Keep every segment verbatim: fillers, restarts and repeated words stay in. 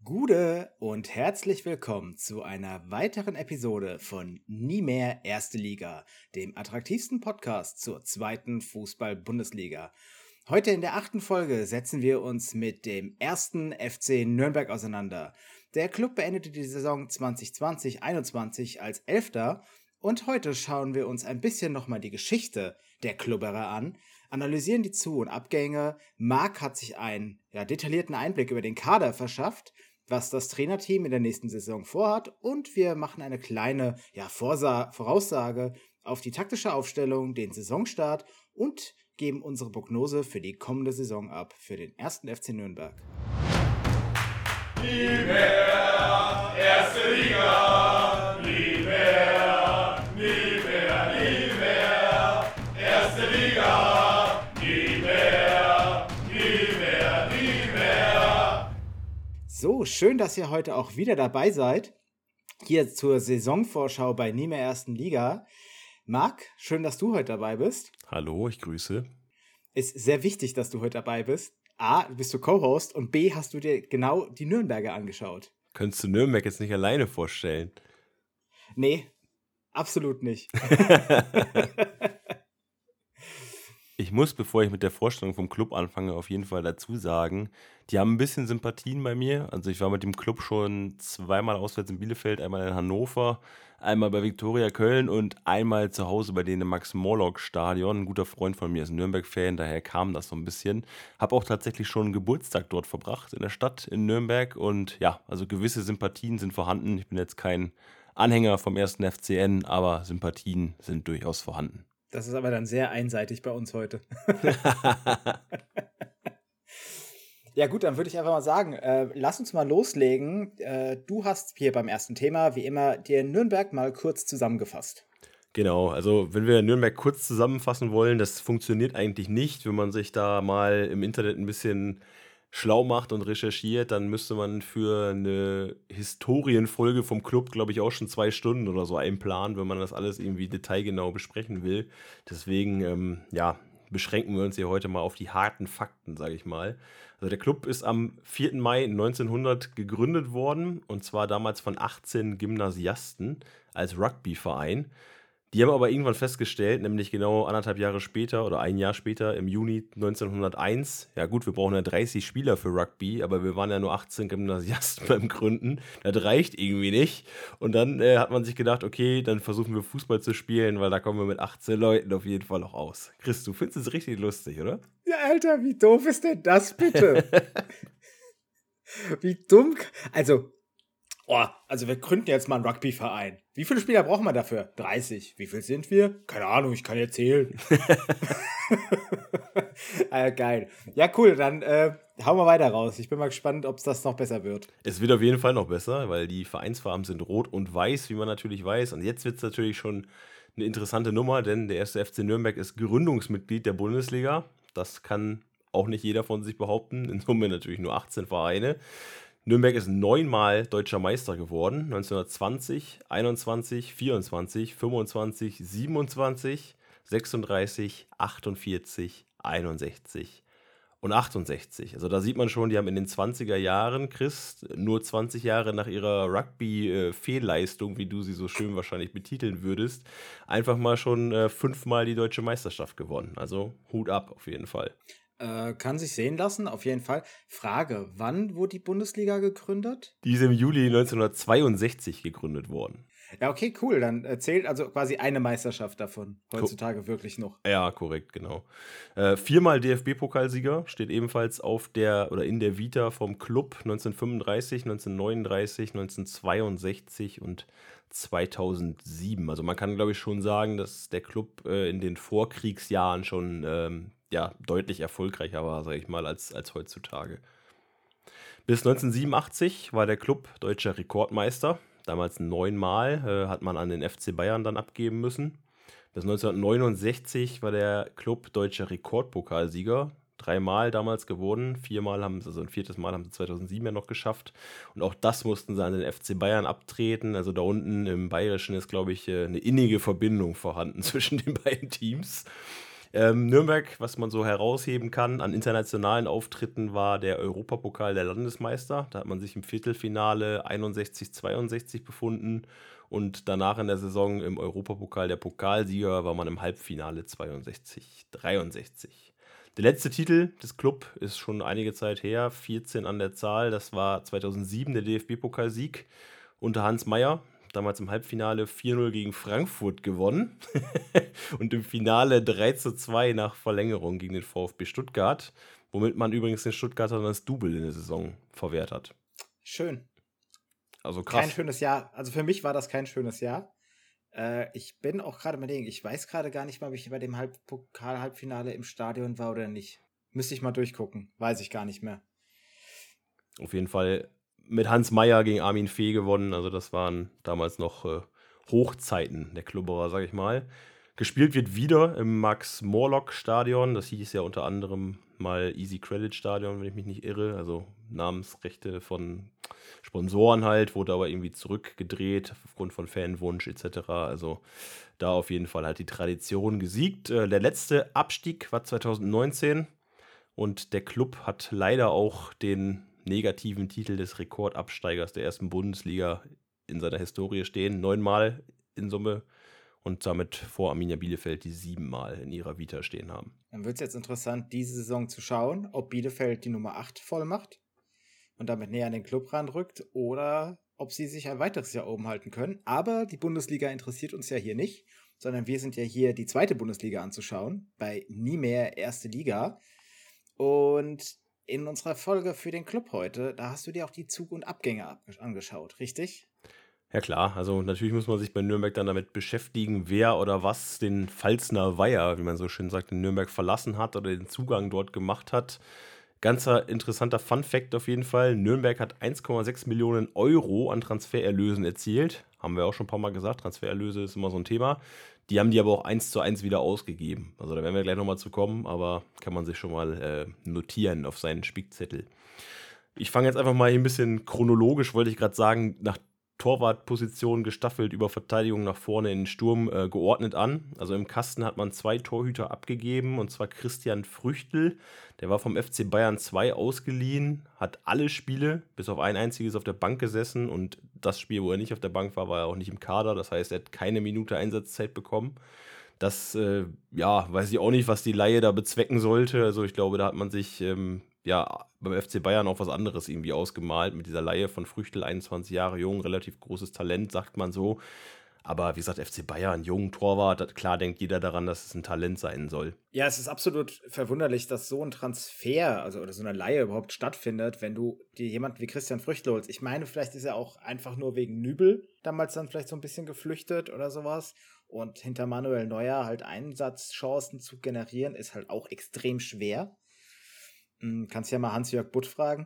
Gude und herzlich willkommen zu einer weiteren Episode von Nie mehr Erste Liga, dem attraktivsten Podcast zur zweiten Fußball-Bundesliga. Heute in der achten Folge setzen wir uns mit dem ersten F C Nürnberg auseinander. Der Club beendete die Saison zwanzig zwanzig einundzwanzig als Elfter und heute schauen wir uns ein bisschen nochmal die Geschichte der Klubberer an, analysieren die Zu- und Abgänge. Marc hat sich einen ja, detaillierten Einblick über den Kader verschafft, was das Trainerteam in der nächsten Saison vorhat, und wir machen eine kleine ja, Vorsa- Voraussage auf die taktische Aufstellung, den Saisonstart und geben unsere Prognose für die kommende Saison ab für den ersten F C Nürnberg. Nie mehr Erste Liga, nie mehr, nie mehr, nie mehr Erste Liga, nie mehr, nie mehr, nie mehr. So, schön, dass ihr heute auch wieder dabei seid, hier zur Saisonvorschau bei Nie mehr Ersten Liga. Marc, schön, dass du heute dabei bist. Hallo, ich grüße. Ist sehr wichtig, dass du heute dabei bist. A, bist du Co-Host und B, hast du dir genau die Nürnberger angeschaut. Könntest du Nürnberg jetzt nicht alleine vorstellen? Nee, absolut nicht. Ich muss, bevor ich mit der Vorstellung vom Club anfange, auf jeden Fall dazu sagen, die haben ein bisschen Sympathien bei mir. Also ich war mit dem Club schon zweimal auswärts in Bielefeld, einmal in Hannover, einmal bei Viktoria Köln und einmal zu Hause bei denen im Max-Morlock-Stadion. Ein guter Freund von mir ist ein Nürnberg-Fan, daher kam das so ein bisschen. Habe auch tatsächlich schon einen Geburtstag dort verbracht, in der Stadt, in Nürnberg. Und ja, also gewisse Sympathien sind vorhanden. Ich bin jetzt kein Anhänger vom ersten F C N, aber Sympathien sind durchaus vorhanden. Das ist aber dann sehr einseitig bei uns heute. Ja gut, dann würde ich einfach mal sagen, äh, lass uns mal loslegen. Äh, du hast hier beim ersten Thema, wie immer, dir Nürnberg mal kurz zusammengefasst. Genau, also wenn wir Nürnberg kurz zusammenfassen wollen, das funktioniert eigentlich nicht. Wenn man sich da mal im Internet ein bisschen schlau macht und recherchiert, dann müsste man für eine Historienfolge vom Club, glaube ich, auch schon zwei Stunden oder so einplanen, wenn man das alles irgendwie detailgenau besprechen will. Deswegen, ähm, ja, beschränken wir uns hier heute mal auf die harten Fakten, sage ich mal. Also der Club ist am vierten Mai neunzehnhundert gegründet worden, und zwar damals von achtzehn Gymnasiasten als Rugbyverein. Die haben aber irgendwann festgestellt, nämlich genau anderthalb Jahre später oder ein Jahr später, im Juni neunzehnhunderteins, ja gut, wir brauchen ja dreißig Spieler für Rugby, aber wir waren ja nur achtzehn Gymnasiasten beim Gründen. Das reicht irgendwie nicht. Und dann äh, hat man sich gedacht, okay, dann versuchen wir Fußball zu spielen, weil da kommen wir mit achtzehn Leuten auf jeden Fall auch aus. Chris, du findest es richtig lustig, oder? Ja, Alter, wie doof ist denn das bitte? Wie dumm. Also, oh, also wir gründen jetzt mal einen Rugbyverein. Wie viele Spieler brauchen wir dafür? dreißig. Wie viel sind wir? Keine Ahnung, ich kann ja zählen. äh, geil. Ja, cool, dann äh, hauen wir weiter raus. Ich bin mal gespannt, ob es das noch besser wird. Es wird auf jeden Fall noch besser, weil die Vereinsfarben sind rot und weiß, wie man natürlich weiß. Und jetzt wird es natürlich schon eine interessante Nummer, denn der erste F C Nürnberg ist Gründungsmitglied der Bundesliga. Das kann auch nicht jeder von sich behaupten. In Summe natürlich nur achtzehn Vereine. Nürnberg ist neunmal deutscher Meister geworden, neunzehnhundertzwanzig, einundzwanzig, vierundzwanzig, fünfundzwanzig, siebenundzwanzig, sechsunddreißig, achtundvierzig, einundsechzig und achtundsechzig. Also da sieht man schon, die haben in den zwanziger Jahren, Chris, nur zwanzig Jahre nach ihrer Rugby-Fehlleistung, wie du sie so schön wahrscheinlich betiteln würdest, einfach mal schon äh, fünfmal die deutsche Meisterschaft gewonnen. Also Hut ab auf jeden Fall. Äh, kann sich sehen lassen, auf jeden Fall. Frage, wann wurde die Bundesliga gegründet? Die ist im Juli neunzehnhundertzweiundsechzig gegründet worden. Ja, okay, cool. Dann äh, zählt also quasi eine Meisterschaft davon heutzutage Co- wirklich noch. Ja, korrekt, genau. Äh, viermal D F B-Pokalsieger, steht ebenfalls auf der oder in der Vita vom Club neunzehnhundertfünfunddreißig, neunzehnhundertneununddreißig, neunzehnhundertzweiundsechzig und zweitausendsieben. Also man kann, glaube ich, schon sagen, dass der Club äh, in den Vorkriegsjahren schon ähm, ja, deutlich erfolgreicher war, sage ich mal, als, als heutzutage. Bis neunzehnhundertsiebenundachtzig war der Club deutscher Rekordmeister. Damals neunmal äh, hat man an den F C Bayern dann abgeben müssen. Bis neunzehnhundertneunundsechzig war der Club deutscher Rekordpokalsieger. Dreimal damals gewonnen, viermal haben sie, also ein viertes Mal haben sie zweitausendsieben ja noch geschafft. Und auch das mussten sie an den F C Bayern abtreten. Also da unten im Bayerischen ist, glaube ich, eine innige Verbindung vorhanden zwischen den beiden Teams. Ähm, Nürnberg, was man so herausheben kann an internationalen Auftritten, war der Europapokal der Landesmeister. Da hat man sich im Viertelfinale einundsechzig zweiundsechzig befunden und danach in der Saison im Europapokal der Pokalsieger war man im Halbfinale zweiundsechzig dreiundsechzig. Der letzte Titel des Club ist schon einige Zeit her, vierzehn an der Zahl. Das war zweitausendsieben der D F B-Pokalsieg unter Hans Meyer. Damals im Halbfinale vier null gegen Frankfurt gewonnen und im Finale drei zu zwei nach Verlängerung gegen den VfB Stuttgart, womit man übrigens den Stuttgartern das Double in der Saison verwehrt hat. Schön. Also krass. Kein schönes Jahr. Also für mich war das kein schönes Jahr. Äh, ich bin auch gerade mal denken, ich weiß gerade gar nicht mal, ob ich bei dem Halb- Pokal-Halbfinale im Stadion war oder nicht. Müsste ich mal durchgucken. Weiß ich gar nicht mehr. Auf jeden Fall mit Hans Meyer gegen Armin Fee gewonnen. Also das waren damals noch äh, Hochzeiten der Klubberer, sag ich mal. Gespielt wird wieder im Max-Morlock-Stadion. Das hieß ja unter anderem mal Easy Credit Stadion, wenn ich mich nicht irre. Also Namensrechte von Sponsoren halt, wurde aber irgendwie zurückgedreht aufgrund von Fanwunsch et cetera. Also da auf jeden Fall hat die Tradition gesiegt. Äh, der letzte Abstieg war zweitausendneunzehn und der Club hat leider auch den negativen Titel des Rekordabsteigers der ersten Bundesliga in seiner Historie stehen. Neunmal in Summe und damit vor Arminia Bielefeld, die siebenmal in ihrer Vita stehen haben. Dann wird es jetzt interessant, diese Saison zu schauen, ob Bielefeld die Nummer acht voll macht und damit näher an den Club ranrückt oder ob sie sich ein weiteres Jahr oben halten können. Aber die Bundesliga interessiert uns ja hier nicht, sondern wir sind ja hier, die zweite Bundesliga anzuschauen, bei Nie mehr Erste Liga. Und in unserer Folge für den Club heute, da hast du dir auch die Zug- und Abgänge ab- angeschaut, richtig? Ja klar, also natürlich muss man sich bei Nürnberg dann damit beschäftigen, wer oder was den Pfalzner Weiher, wie man so schön sagt, in Nürnberg verlassen hat oder den Zugang dort gemacht hat. Ganzer interessanter Fun-Fact auf jeden Fall, Nürnberg hat eins Komma sechs Millionen Euro an Transfererlösen erzielt. Haben wir auch schon ein paar Mal gesagt, Transfererlöse ist immer so ein Thema. Die haben die aber auch eins zu eins wieder ausgegeben. Also da werden wir gleich nochmal zu kommen, aber kann man sich schon mal äh, notieren auf seinen Spickzettel. Ich fange jetzt einfach mal hier ein bisschen chronologisch, wollte ich gerade sagen, nach Torwartposition gestaffelt über Verteidigung nach vorne in den Sturm äh, geordnet an. Also im Kasten hat man zwei Torhüter abgegeben, und zwar Christian Früchtl. Der war vom F C Bayern zwei ausgeliehen, hat alle Spiele, bis auf ein einziges, auf der Bank gesessen. Und das Spiel, wo er nicht auf der Bank war, war er auch nicht im Kader. Das heißt, er hat keine Minute Einsatzzeit bekommen. Das, äh, ja, weiß ich auch nicht, was die Leihe da bezwecken sollte. Also ich glaube, da hat man sich ähm, ja beim F C Bayern auch was anderes irgendwie ausgemalt mit dieser Leihe von Früchtl, einundzwanzig Jahre jung, relativ großes Talent, sagt man so. Aber wie gesagt, F C Bayern, jungen Torwart, klar denkt jeder daran, dass es ein Talent sein soll. Ja, es ist absolut verwunderlich, dass so ein Transfer, also oder so eine Leihe überhaupt stattfindet, wenn du dir jemanden wie Christian Früchtl holst. Ich meine, vielleicht ist er auch einfach nur wegen Nübel damals dann vielleicht so ein bisschen geflüchtet oder sowas. Und hinter Manuel Neuer halt Einsatzchancen zu generieren, ist halt auch extrem schwer. Hm, kannst ja mal Hans-Jörg Butt fragen.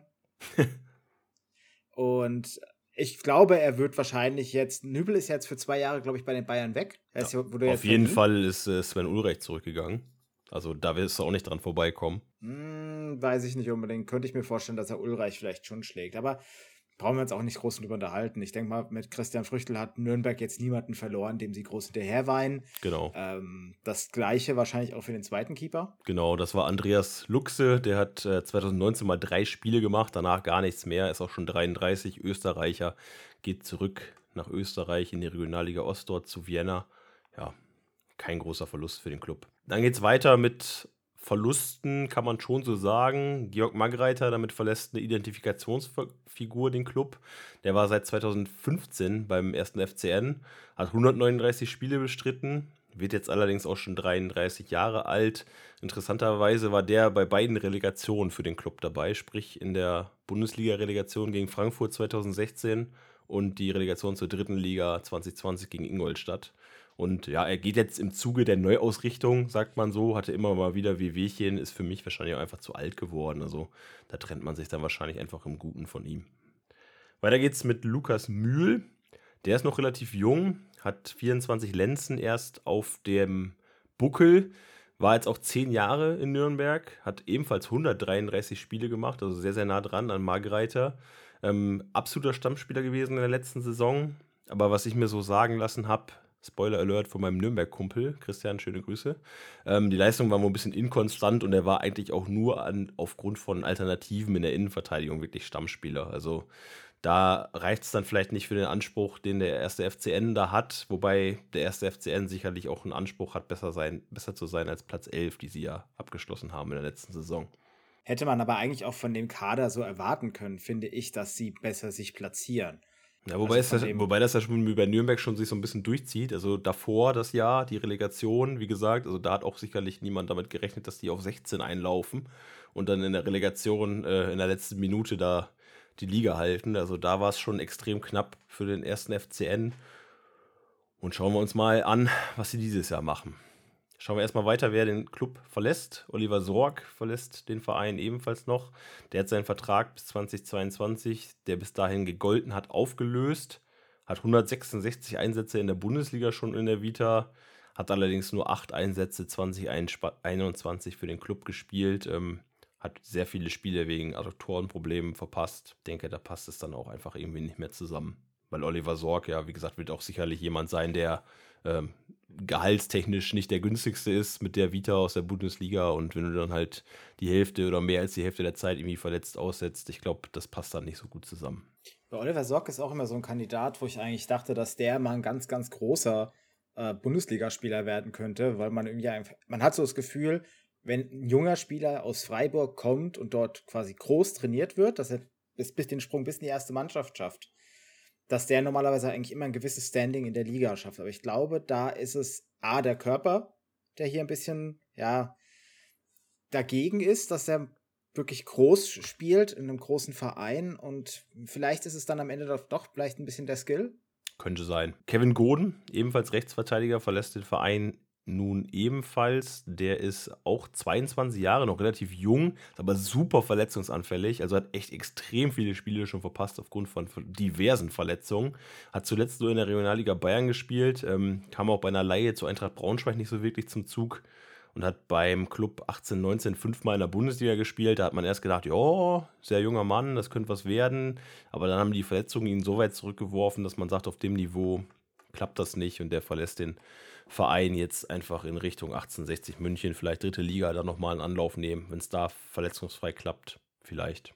Und ich glaube, er wird wahrscheinlich jetzt, Nübel ist jetzt für zwei Jahre, glaube ich, bei den Bayern weg. Er ist, Ja, wurde auf jetzt jeden verliehen. Fall ist äh, Sven Ulreich zurückgegangen. Also da wirst du auch nicht dran vorbeikommen. Hm, weiß ich nicht unbedingt. Könnte ich mir vorstellen, dass er Ulreich vielleicht schon schlägt. Aber brauchen wir uns auch nicht groß drüber unterhalten. Ich denke mal, mit Christian Früchtl hat Nürnberg jetzt niemanden verloren, dem sie groß hinterher weinen. Genau. Ähm, das Gleiche wahrscheinlich auch für den zweiten Keeper. Genau, das war Andreas Luchse, der hat äh, zweitausendneunzehn mal drei Spiele gemacht, danach gar nichts mehr, ist auch schon dreiunddreißig, Österreicher, geht zurück nach Österreich in die Regionalliga Ost, dort zu Vienna. Ja, kein großer Verlust für den Club. Dann geht's weiter mit Verlusten, kann man schon so sagen. Georg Magreiter, damit verlässt eine Identifikationsfigur den Club. Der war seit zweitausendfünfzehn beim ersten F C N, hat hundertneununddreißig Spiele bestritten, wird jetzt allerdings auch schon dreiunddreißig Jahre alt. Interessanterweise war der bei beiden Relegationen für den Club dabei, sprich in der Bundesliga-Relegation gegen Frankfurt zweitausendsechzehn und die Relegation zur dritten Liga zwanzig zwanzig gegen Ingolstadt. Und ja, er geht jetzt im Zuge der Neuausrichtung, sagt man so, hatte immer mal wieder Wehwehchen, ist für mich wahrscheinlich auch einfach zu alt geworden. Also da trennt man sich dann wahrscheinlich einfach im Guten von ihm. Weiter geht's mit Lukas Mühl. Der ist noch relativ jung, hat vierundzwanzig Lenzen erst auf dem Buckel, war jetzt auch zehn Jahre in Nürnberg, hat ebenfalls hundertdreiunddreißig Spiele gemacht, also sehr, sehr nah dran an Magreiter. Ähm, absoluter Stammspieler gewesen in der letzten Saison. Aber was ich mir so sagen lassen habe, Spoiler Alert von meinem Nürnberg-Kumpel. Christian, schöne Grüße. Ähm, die Leistung war wohl ein bisschen inkonstant und er war eigentlich auch nur an, aufgrund von Alternativen in der Innenverteidigung wirklich Stammspieler. Also da reicht es dann vielleicht nicht für den Anspruch, den der erste F C N da hat, wobei der erste F C N sicherlich auch einen Anspruch hat, besser, sein, besser zu sein als Platz elf, die sie ja abgeschlossen haben in der letzten Saison. Hätte man aber eigentlich auch von dem Kader so erwarten können, finde ich, dass sie besser sich platzieren. Ja, wobei, Also es von das, dem- wobei das ja schon bei Nürnberg schon sich so ein bisschen durchzieht. Also davor das Jahr, die Relegation, wie gesagt, also da hat auch sicherlich niemand damit gerechnet, dass die auf sechzehn einlaufen und dann in der Relegation äh, in der letzten Minute da die Liga halten. Also da war es schon extrem knapp für den ersten F C N. Und schauen wir uns mal an, was sie dieses Jahr machen. Schauen wir erstmal weiter, wer den Club verlässt. Oliver Sorg verlässt den Verein ebenfalls noch. Der hat seinen Vertrag bis zweitausendzweiundzwanzig, der bis dahin gegolten hat, aufgelöst. Hat hundertsechsundsechzig Einsätze in der Bundesliga schon in der Vita. Hat allerdings nur acht Einsätze zwanzig einundzwanzig für den Club gespielt. Ähm, hat sehr viele Spiele wegen Adduktorenproblemen verpasst. Ich denke, da passt es dann auch einfach irgendwie nicht mehr zusammen. Weil Oliver Sorg, ja, wie gesagt, wird auch sicherlich jemand sein, der ähm, gehaltstechnisch nicht der günstigste ist mit der Vita aus der Bundesliga. Und wenn du dann halt die Hälfte oder mehr als die Hälfte der Zeit irgendwie verletzt aussetzt, ich glaube, das passt dann nicht so gut zusammen. Bei Oliver Sorg ist auch immer so ein Kandidat, wo ich eigentlich dachte, dass der mal ein ganz, ganz großer äh, Bundesligaspieler werden könnte, weil man irgendwie einfach, man hat so das Gefühl, wenn ein junger Spieler aus Freiburg kommt und dort quasi groß trainiert wird, dass er bis, bis den Sprung bis in die erste Mannschaft schafft, dass der normalerweise eigentlich immer ein gewisses Standing in der Liga schafft. Aber ich glaube, da ist es A, der Körper, der hier ein bisschen, ja, dagegen ist, dass er wirklich groß spielt in einem großen Verein und vielleicht ist es dann am Ende doch, doch vielleicht ein bisschen der Skill. Könnte sein. Kevin Goden, ebenfalls Rechtsverteidiger, verlässt den Verein nun ebenfalls. Der ist auch zweiundzwanzig Jahre, noch relativ jung, ist aber super verletzungsanfällig. Also hat echt extrem viele Spiele schon verpasst aufgrund von diversen Verletzungen. Hat zuletzt nur in der Regionalliga Bayern gespielt, ähm, kam auch bei einer Leihe zu Eintracht Braunschweig nicht so wirklich zum Zug und hat beim Club achtzehn neunzehn fünfmal in der Bundesliga gespielt. Da hat man erst gedacht, ja, sehr junger Mann, das könnte was werden. Aber dann haben die Verletzungen ihn so weit zurückgeworfen, dass man sagt, auf dem Niveau klappt das nicht und der verlässt den Verein jetzt einfach in Richtung achtzehnhundertsechzig München, vielleicht dritte Liga, dann nochmal einen Anlauf nehmen, wenn es da verletzungsfrei klappt, vielleicht.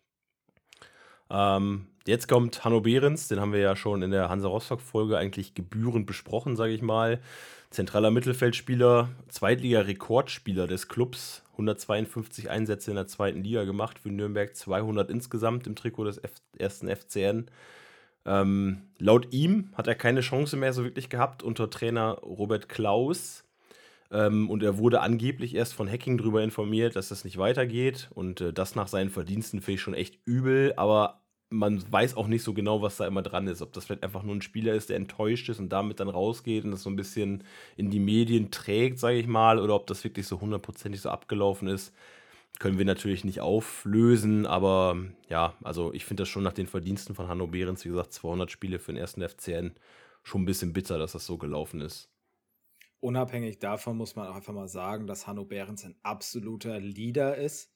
Ähm, jetzt kommt Hanno Behrens, den haben wir ja schon in der Hansa Rostock-Folge eigentlich gebührend besprochen, sage ich mal. Zentraler Mittelfeldspieler, Zweitliga-Rekordspieler des Clubs, hundertzweiundfünfzig Einsätze in der zweiten Liga gemacht für Nürnberg, zweihundert insgesamt im Trikot des F- ersten F C N. Ähm, laut ihm hat er keine Chance mehr so wirklich gehabt unter Trainer Robert Klaus. Ähm, und er wurde angeblich erst von Hacking darüber informiert, dass das nicht weitergeht. Und äh, das nach seinen Verdiensten finde ich schon echt übel. Aber man weiß auch nicht so genau, was da immer dran ist. Ob das vielleicht einfach nur ein Spieler ist, der enttäuscht ist und damit dann rausgeht und das so ein bisschen in die Medien trägt, sage ich mal. Oder ob das wirklich so hundertprozentig so abgelaufen ist. Können wir natürlich nicht auflösen, aber ja, also ich finde das schon nach den Verdiensten von Hanno Behrens, wie gesagt, zweihundert Spiele für den ersten F C N, schon ein bisschen bitter, dass das so gelaufen ist. Unabhängig davon muss man auch einfach mal sagen, dass Hanno Behrens ein absoluter Leader ist.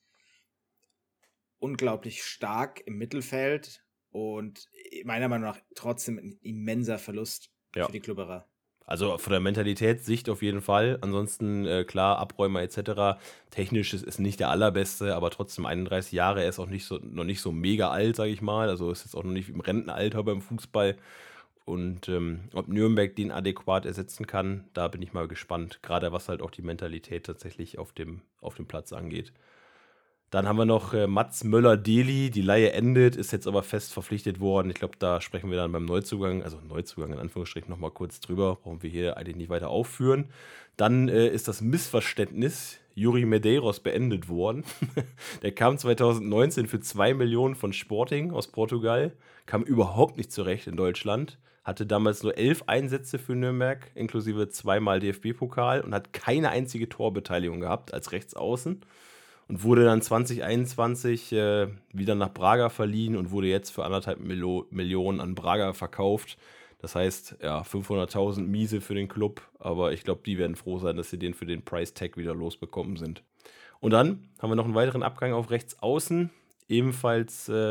Unglaublich stark im Mittelfeld und meiner Meinung nach trotzdem ein immenser Verlust Ja. für die Klubberer. Also von der Mentalitätssicht auf jeden Fall. Ansonsten, äh, klar, Abräumer et cetera. Technisch ist, ist nicht der allerbeste, aber trotzdem einunddreißig Jahre. Er ist auch nicht so, noch nicht so mega alt, sage ich mal. Also ist jetzt auch noch nicht im Rentenalter beim Fußball. Und ähm, ob Nürnberg den adäquat ersetzen kann, da bin ich mal gespannt. Gerade was halt auch die Mentalität tatsächlich auf dem, auf dem Platz angeht. Dann haben wir noch äh, Mats Möller-Deli, die Leihe endet, ist jetzt aber fest verpflichtet worden. Ich glaube, da sprechen wir dann beim Neuzugang, also Neuzugang in Anführungsstrichen, nochmal kurz drüber. Brauchen wir hier eigentlich nicht weiter aufführen. Dann äh, ist das Missverständnis Yuri Medeiros beendet worden. Der kam zweitausendneunzehn für zwei Millionen von Sporting aus Portugal, kam überhaupt nicht zurecht in Deutschland, hatte damals nur elf Einsätze für Nürnberg, inklusive zweimal D F B-Pokal und hat keine einzige Torbeteiligung gehabt als Rechtsaußen. Und wurde dann zwanzig einundzwanzig äh, wieder nach Braga verliehen und wurde jetzt für anderthalb Milo- Millionen an Braga verkauft. Das heißt, ja, fünfhunderttausend Miese für den Club, aber ich glaube, die werden froh sein, dass sie den für den Price-Tag wieder losbekommen sind. Und dann haben wir noch einen weiteren Abgang auf rechts außen. Ebenfalls äh,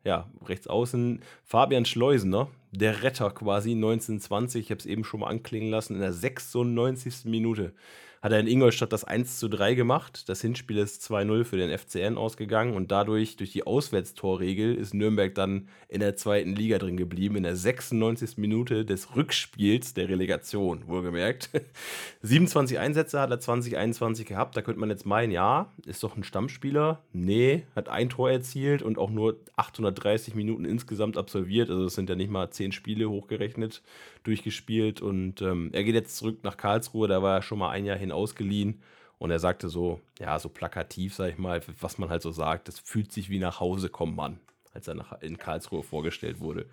ja, rechts außen Fabian Schleusener, der Retter quasi, neunzehnhundertzwanzig, ich habe es eben schon mal anklingen lassen, in der sechsundneunzigsten Minute hat er in Ingolstadt das eins zu drei gemacht. Das Hinspiel ist zwei null für den F C N ausgegangen und dadurch, durch die Auswärtstorregel, ist Nürnberg dann in der zweiten Liga drin geblieben, in der sechsundneunzigsten Minute des Rückspiels der Relegation, wohlgemerkt. siebenundzwanzig Einsätze hat er zwanzig einundzwanzig gehabt, da könnte man jetzt meinen, ja, ist doch ein Stammspieler. Nee, hat ein Tor erzielt und auch nur achthundertdreißig Minuten insgesamt absolviert, also es sind ja nicht mal zehn Spiele hochgerechnet, durchgespielt und ähm, er geht jetzt zurück nach Karlsruhe, da war er schon mal ein Jahr hin ausgeliehen und er sagte so, ja, so plakativ, sag ich mal, was man halt so sagt, das fühlt sich wie nach Hause kommen, Mann, als er nach, in Karlsruhe vorgestellt wurde.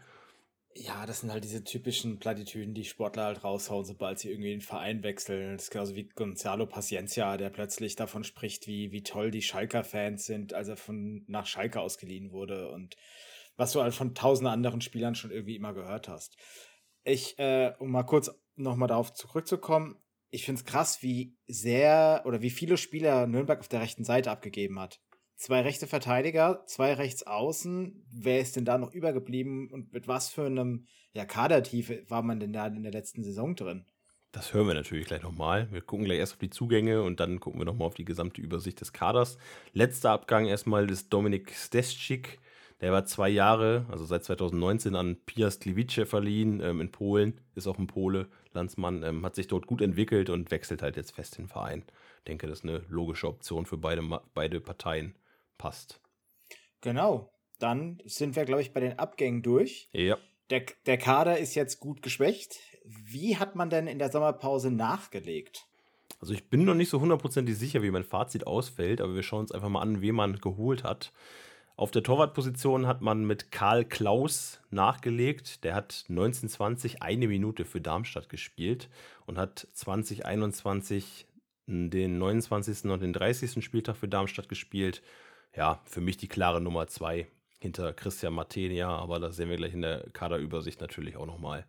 Ja, das sind halt diese typischen Plattitüden, die Sportler halt raushauen, sobald sie irgendwie den Verein wechseln. Das ist genauso wie Gonzalo Paciencia, der plötzlich davon spricht, wie, wie toll die Schalker-Fans sind, als er von nach Schalke ausgeliehen wurde und was du halt von tausenden anderen Spielern schon irgendwie immer gehört hast. Ich, äh, um mal kurz nochmal darauf zurückzukommen, ich finde es krass, wie sehr oder wie viele Spieler Nürnberg auf der rechten Seite abgegeben hat. Zwei rechte Verteidiger, zwei rechts außen. Wer ist denn da noch übergeblieben und mit was für einem ja, Kadertiefe war man denn da in der letzten Saison drin? Das hören wir natürlich gleich nochmal. Wir gucken gleich erst auf die Zugänge und dann gucken wir nochmal auf die gesamte Übersicht des Kaders. Letzter Abgang erstmal ist Dominik Steszczyk. Der war zwei Jahre, also seit zweitausendneunzehn, an Piast Gliwice verliehen ähm, in Polen. Ist auch ein Pole, Landsmann. Ähm, hat sich dort gut entwickelt und wechselt halt jetzt fest in den Verein. Ich denke, das ist eine logische Option für beide, beide Parteien. Passt. Genau. Dann sind wir, glaube ich, bei den Abgängen durch. Ja. Der, der Kader ist jetzt gut geschwächt. Wie hat man denn in der Sommerpause nachgelegt? Also ich bin noch nicht so hundertprozentig sicher, wie mein Fazit ausfällt, aber wir schauen uns einfach mal an, wen man geholt hat. Auf der Torwartposition hat man mit Karl Klaus nachgelegt. Der hat neunzehn zwanzig eine Minute für Darmstadt gespielt und hat zwanzig einundzwanzig den neunundzwanzigsten und den dreißigsten Spieltag für Darmstadt gespielt. Ja, für mich die klare Nummer zwei hinter Christian Martenia, aber das sehen wir gleich in der Kaderübersicht natürlich auch nochmal.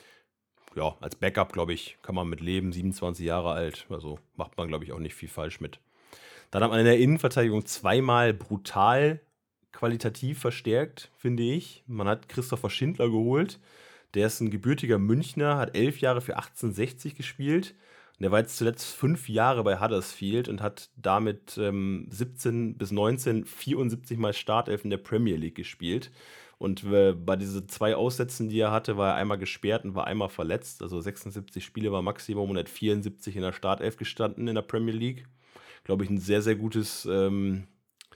Ja, als Backup, glaube ich, kann man mit leben, siebenundzwanzig Jahre alt, also macht man, glaube ich, auch nicht viel falsch mit. Dann hat man in der Innenverteidigung zweimal brutal qualitativ verstärkt, finde ich. Man hat Christopher Schindler geholt, der ist ein gebürtiger Münchner, hat elf Jahre für achtzehnhundertsechzig gespielt. Der war jetzt zuletzt fünf Jahre bei Huddersfield und hat damit ähm, siebzehn bis neunzehn vierundsiebzig Mal Startelf in der Premier League gespielt. Und äh, bei diesen zwei Aussätzen, die er hatte, war er einmal gesperrt und war einmal verletzt. Also sechsundsiebzig Spiele war Maximum und hat vierundsiebzig in der Startelf gestanden in der Premier League. Glaube ich, ein sehr, sehr gutes ähm,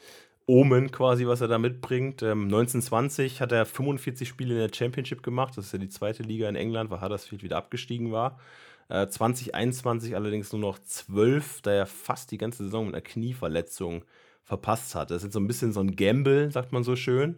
Omen quasi, was er da mitbringt. Ähm, neunzehn zwanzig hat er fünfundvierzig Spiele in der Championship gemacht. Das ist ja die zweite Liga in England, weil Huddersfield wieder abgestiegen war. zwanzig einundzwanzig allerdings nur noch zwölf, da er fast die ganze Saison mit einer Knieverletzung verpasst hat. Das ist jetzt so ein bisschen so ein Gamble, sagt man so schön.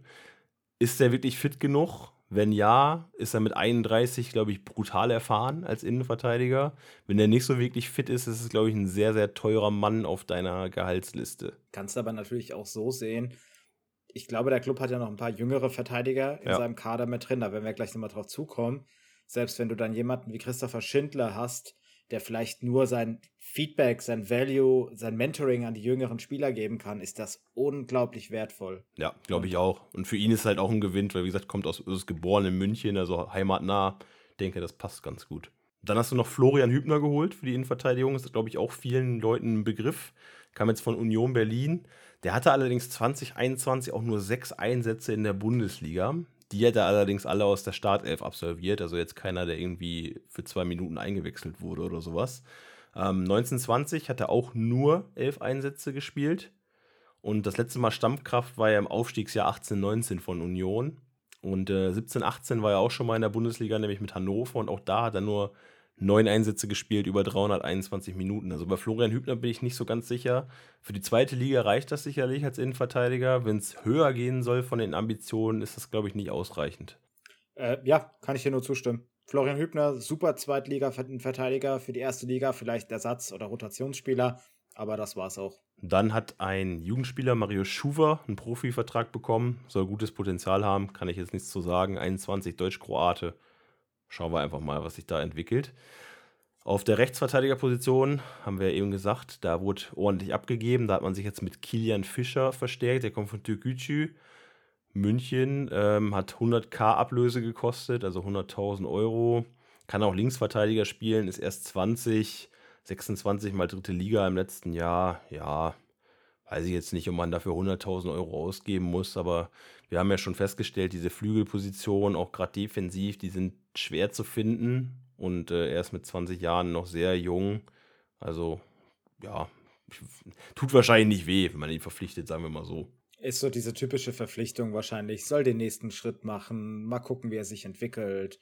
Ist er wirklich fit genug? Wenn ja, ist er mit einunddreißig, glaube ich, brutal erfahren als Innenverteidiger. Wenn er nicht so wirklich fit ist, ist es, glaube ich, ein sehr, sehr teurer Mann auf deiner Gehaltsliste. Kannst du aber natürlich auch so sehen. Ich glaube, der Club hat ja noch ein paar jüngere Verteidiger in ja. seinem Kader mit drin. Da werden wir gleich nochmal drauf zukommen. Selbst wenn du dann jemanden wie Christopher Schindler hast, der vielleicht nur sein Feedback, sein Value, sein Mentoring an die jüngeren Spieler geben kann, ist das unglaublich wertvoll. Ja, glaube ich auch. Und für ihn ist es halt auch ein Gewinn, weil, wie gesagt, kommt aus, ist geboren in München, also heimatnah. Ich denke, das passt ganz gut. Dann hast du noch Florian Hübner geholt für die Innenverteidigung. Das ist, glaube ich, auch vielen Leuten ein Begriff. Kam jetzt von Union Berlin. Der hatte allerdings zwanzig einundzwanzig auch nur sechs Einsätze in der Bundesliga. Die hat er allerdings alle aus der Startelf absolviert, also jetzt keiner, der irgendwie für zwei Minuten eingewechselt wurde oder sowas. Ähm, neunzehn zwanzig hat er auch nur elf Einsätze gespielt und das letzte Mal Stammkraft war ja im Aufstiegsjahr achtzehn neunzehn von Union und äh, siebzehn achtzehn war er auch schon mal in der Bundesliga, nämlich mit Hannover und auch da hat er nur neun Einsätze gespielt, über dreihunderteinundzwanzig Minuten. Also bei Florian Hübner bin ich nicht so ganz sicher. Für die zweite Liga reicht das sicherlich als Innenverteidiger. Wenn es höher gehen soll von den Ambitionen, ist das, glaube ich, nicht ausreichend. Äh, ja, kann ich dir nur zustimmen. Florian Hübner, super Zweitliga-Verteidiger für die erste Liga, vielleicht Ersatz- oder Rotationsspieler, aber das war's auch. Dann hat ein Jugendspieler, Mario Schuwer, einen Profivertrag bekommen, soll gutes Potenzial haben, kann ich jetzt nichts zu sagen, einundzwanzig, Deutsch-Kroate. Schauen wir einfach mal, was sich da entwickelt. Auf der Rechtsverteidigerposition haben wir eben gesagt, da wurde ordentlich abgegeben. Da hat man sich jetzt mit Kilian Fischer verstärkt. Der kommt von Türkgücü. München, ähm, hat hunderttausend Ablöse gekostet, also hunderttausend Euro. Kann auch Linksverteidiger spielen, ist erst zwanzig, sechsundzwanzig mal dritte Liga im letzten Jahr. Ja, weiß ich jetzt nicht, ob man dafür hunderttausend Euro ausgeben muss, aber wir haben ja schon festgestellt, diese Flügelpositionen, auch gerade defensiv, die sind schwer zu finden und äh, er ist mit zwanzig Jahren noch sehr jung. Also, ja, tut wahrscheinlich nicht weh, wenn man ihn verpflichtet, sagen wir mal so. Ist so diese typische Verpflichtung wahrscheinlich, soll den nächsten Schritt machen, mal gucken, wie er sich entwickelt.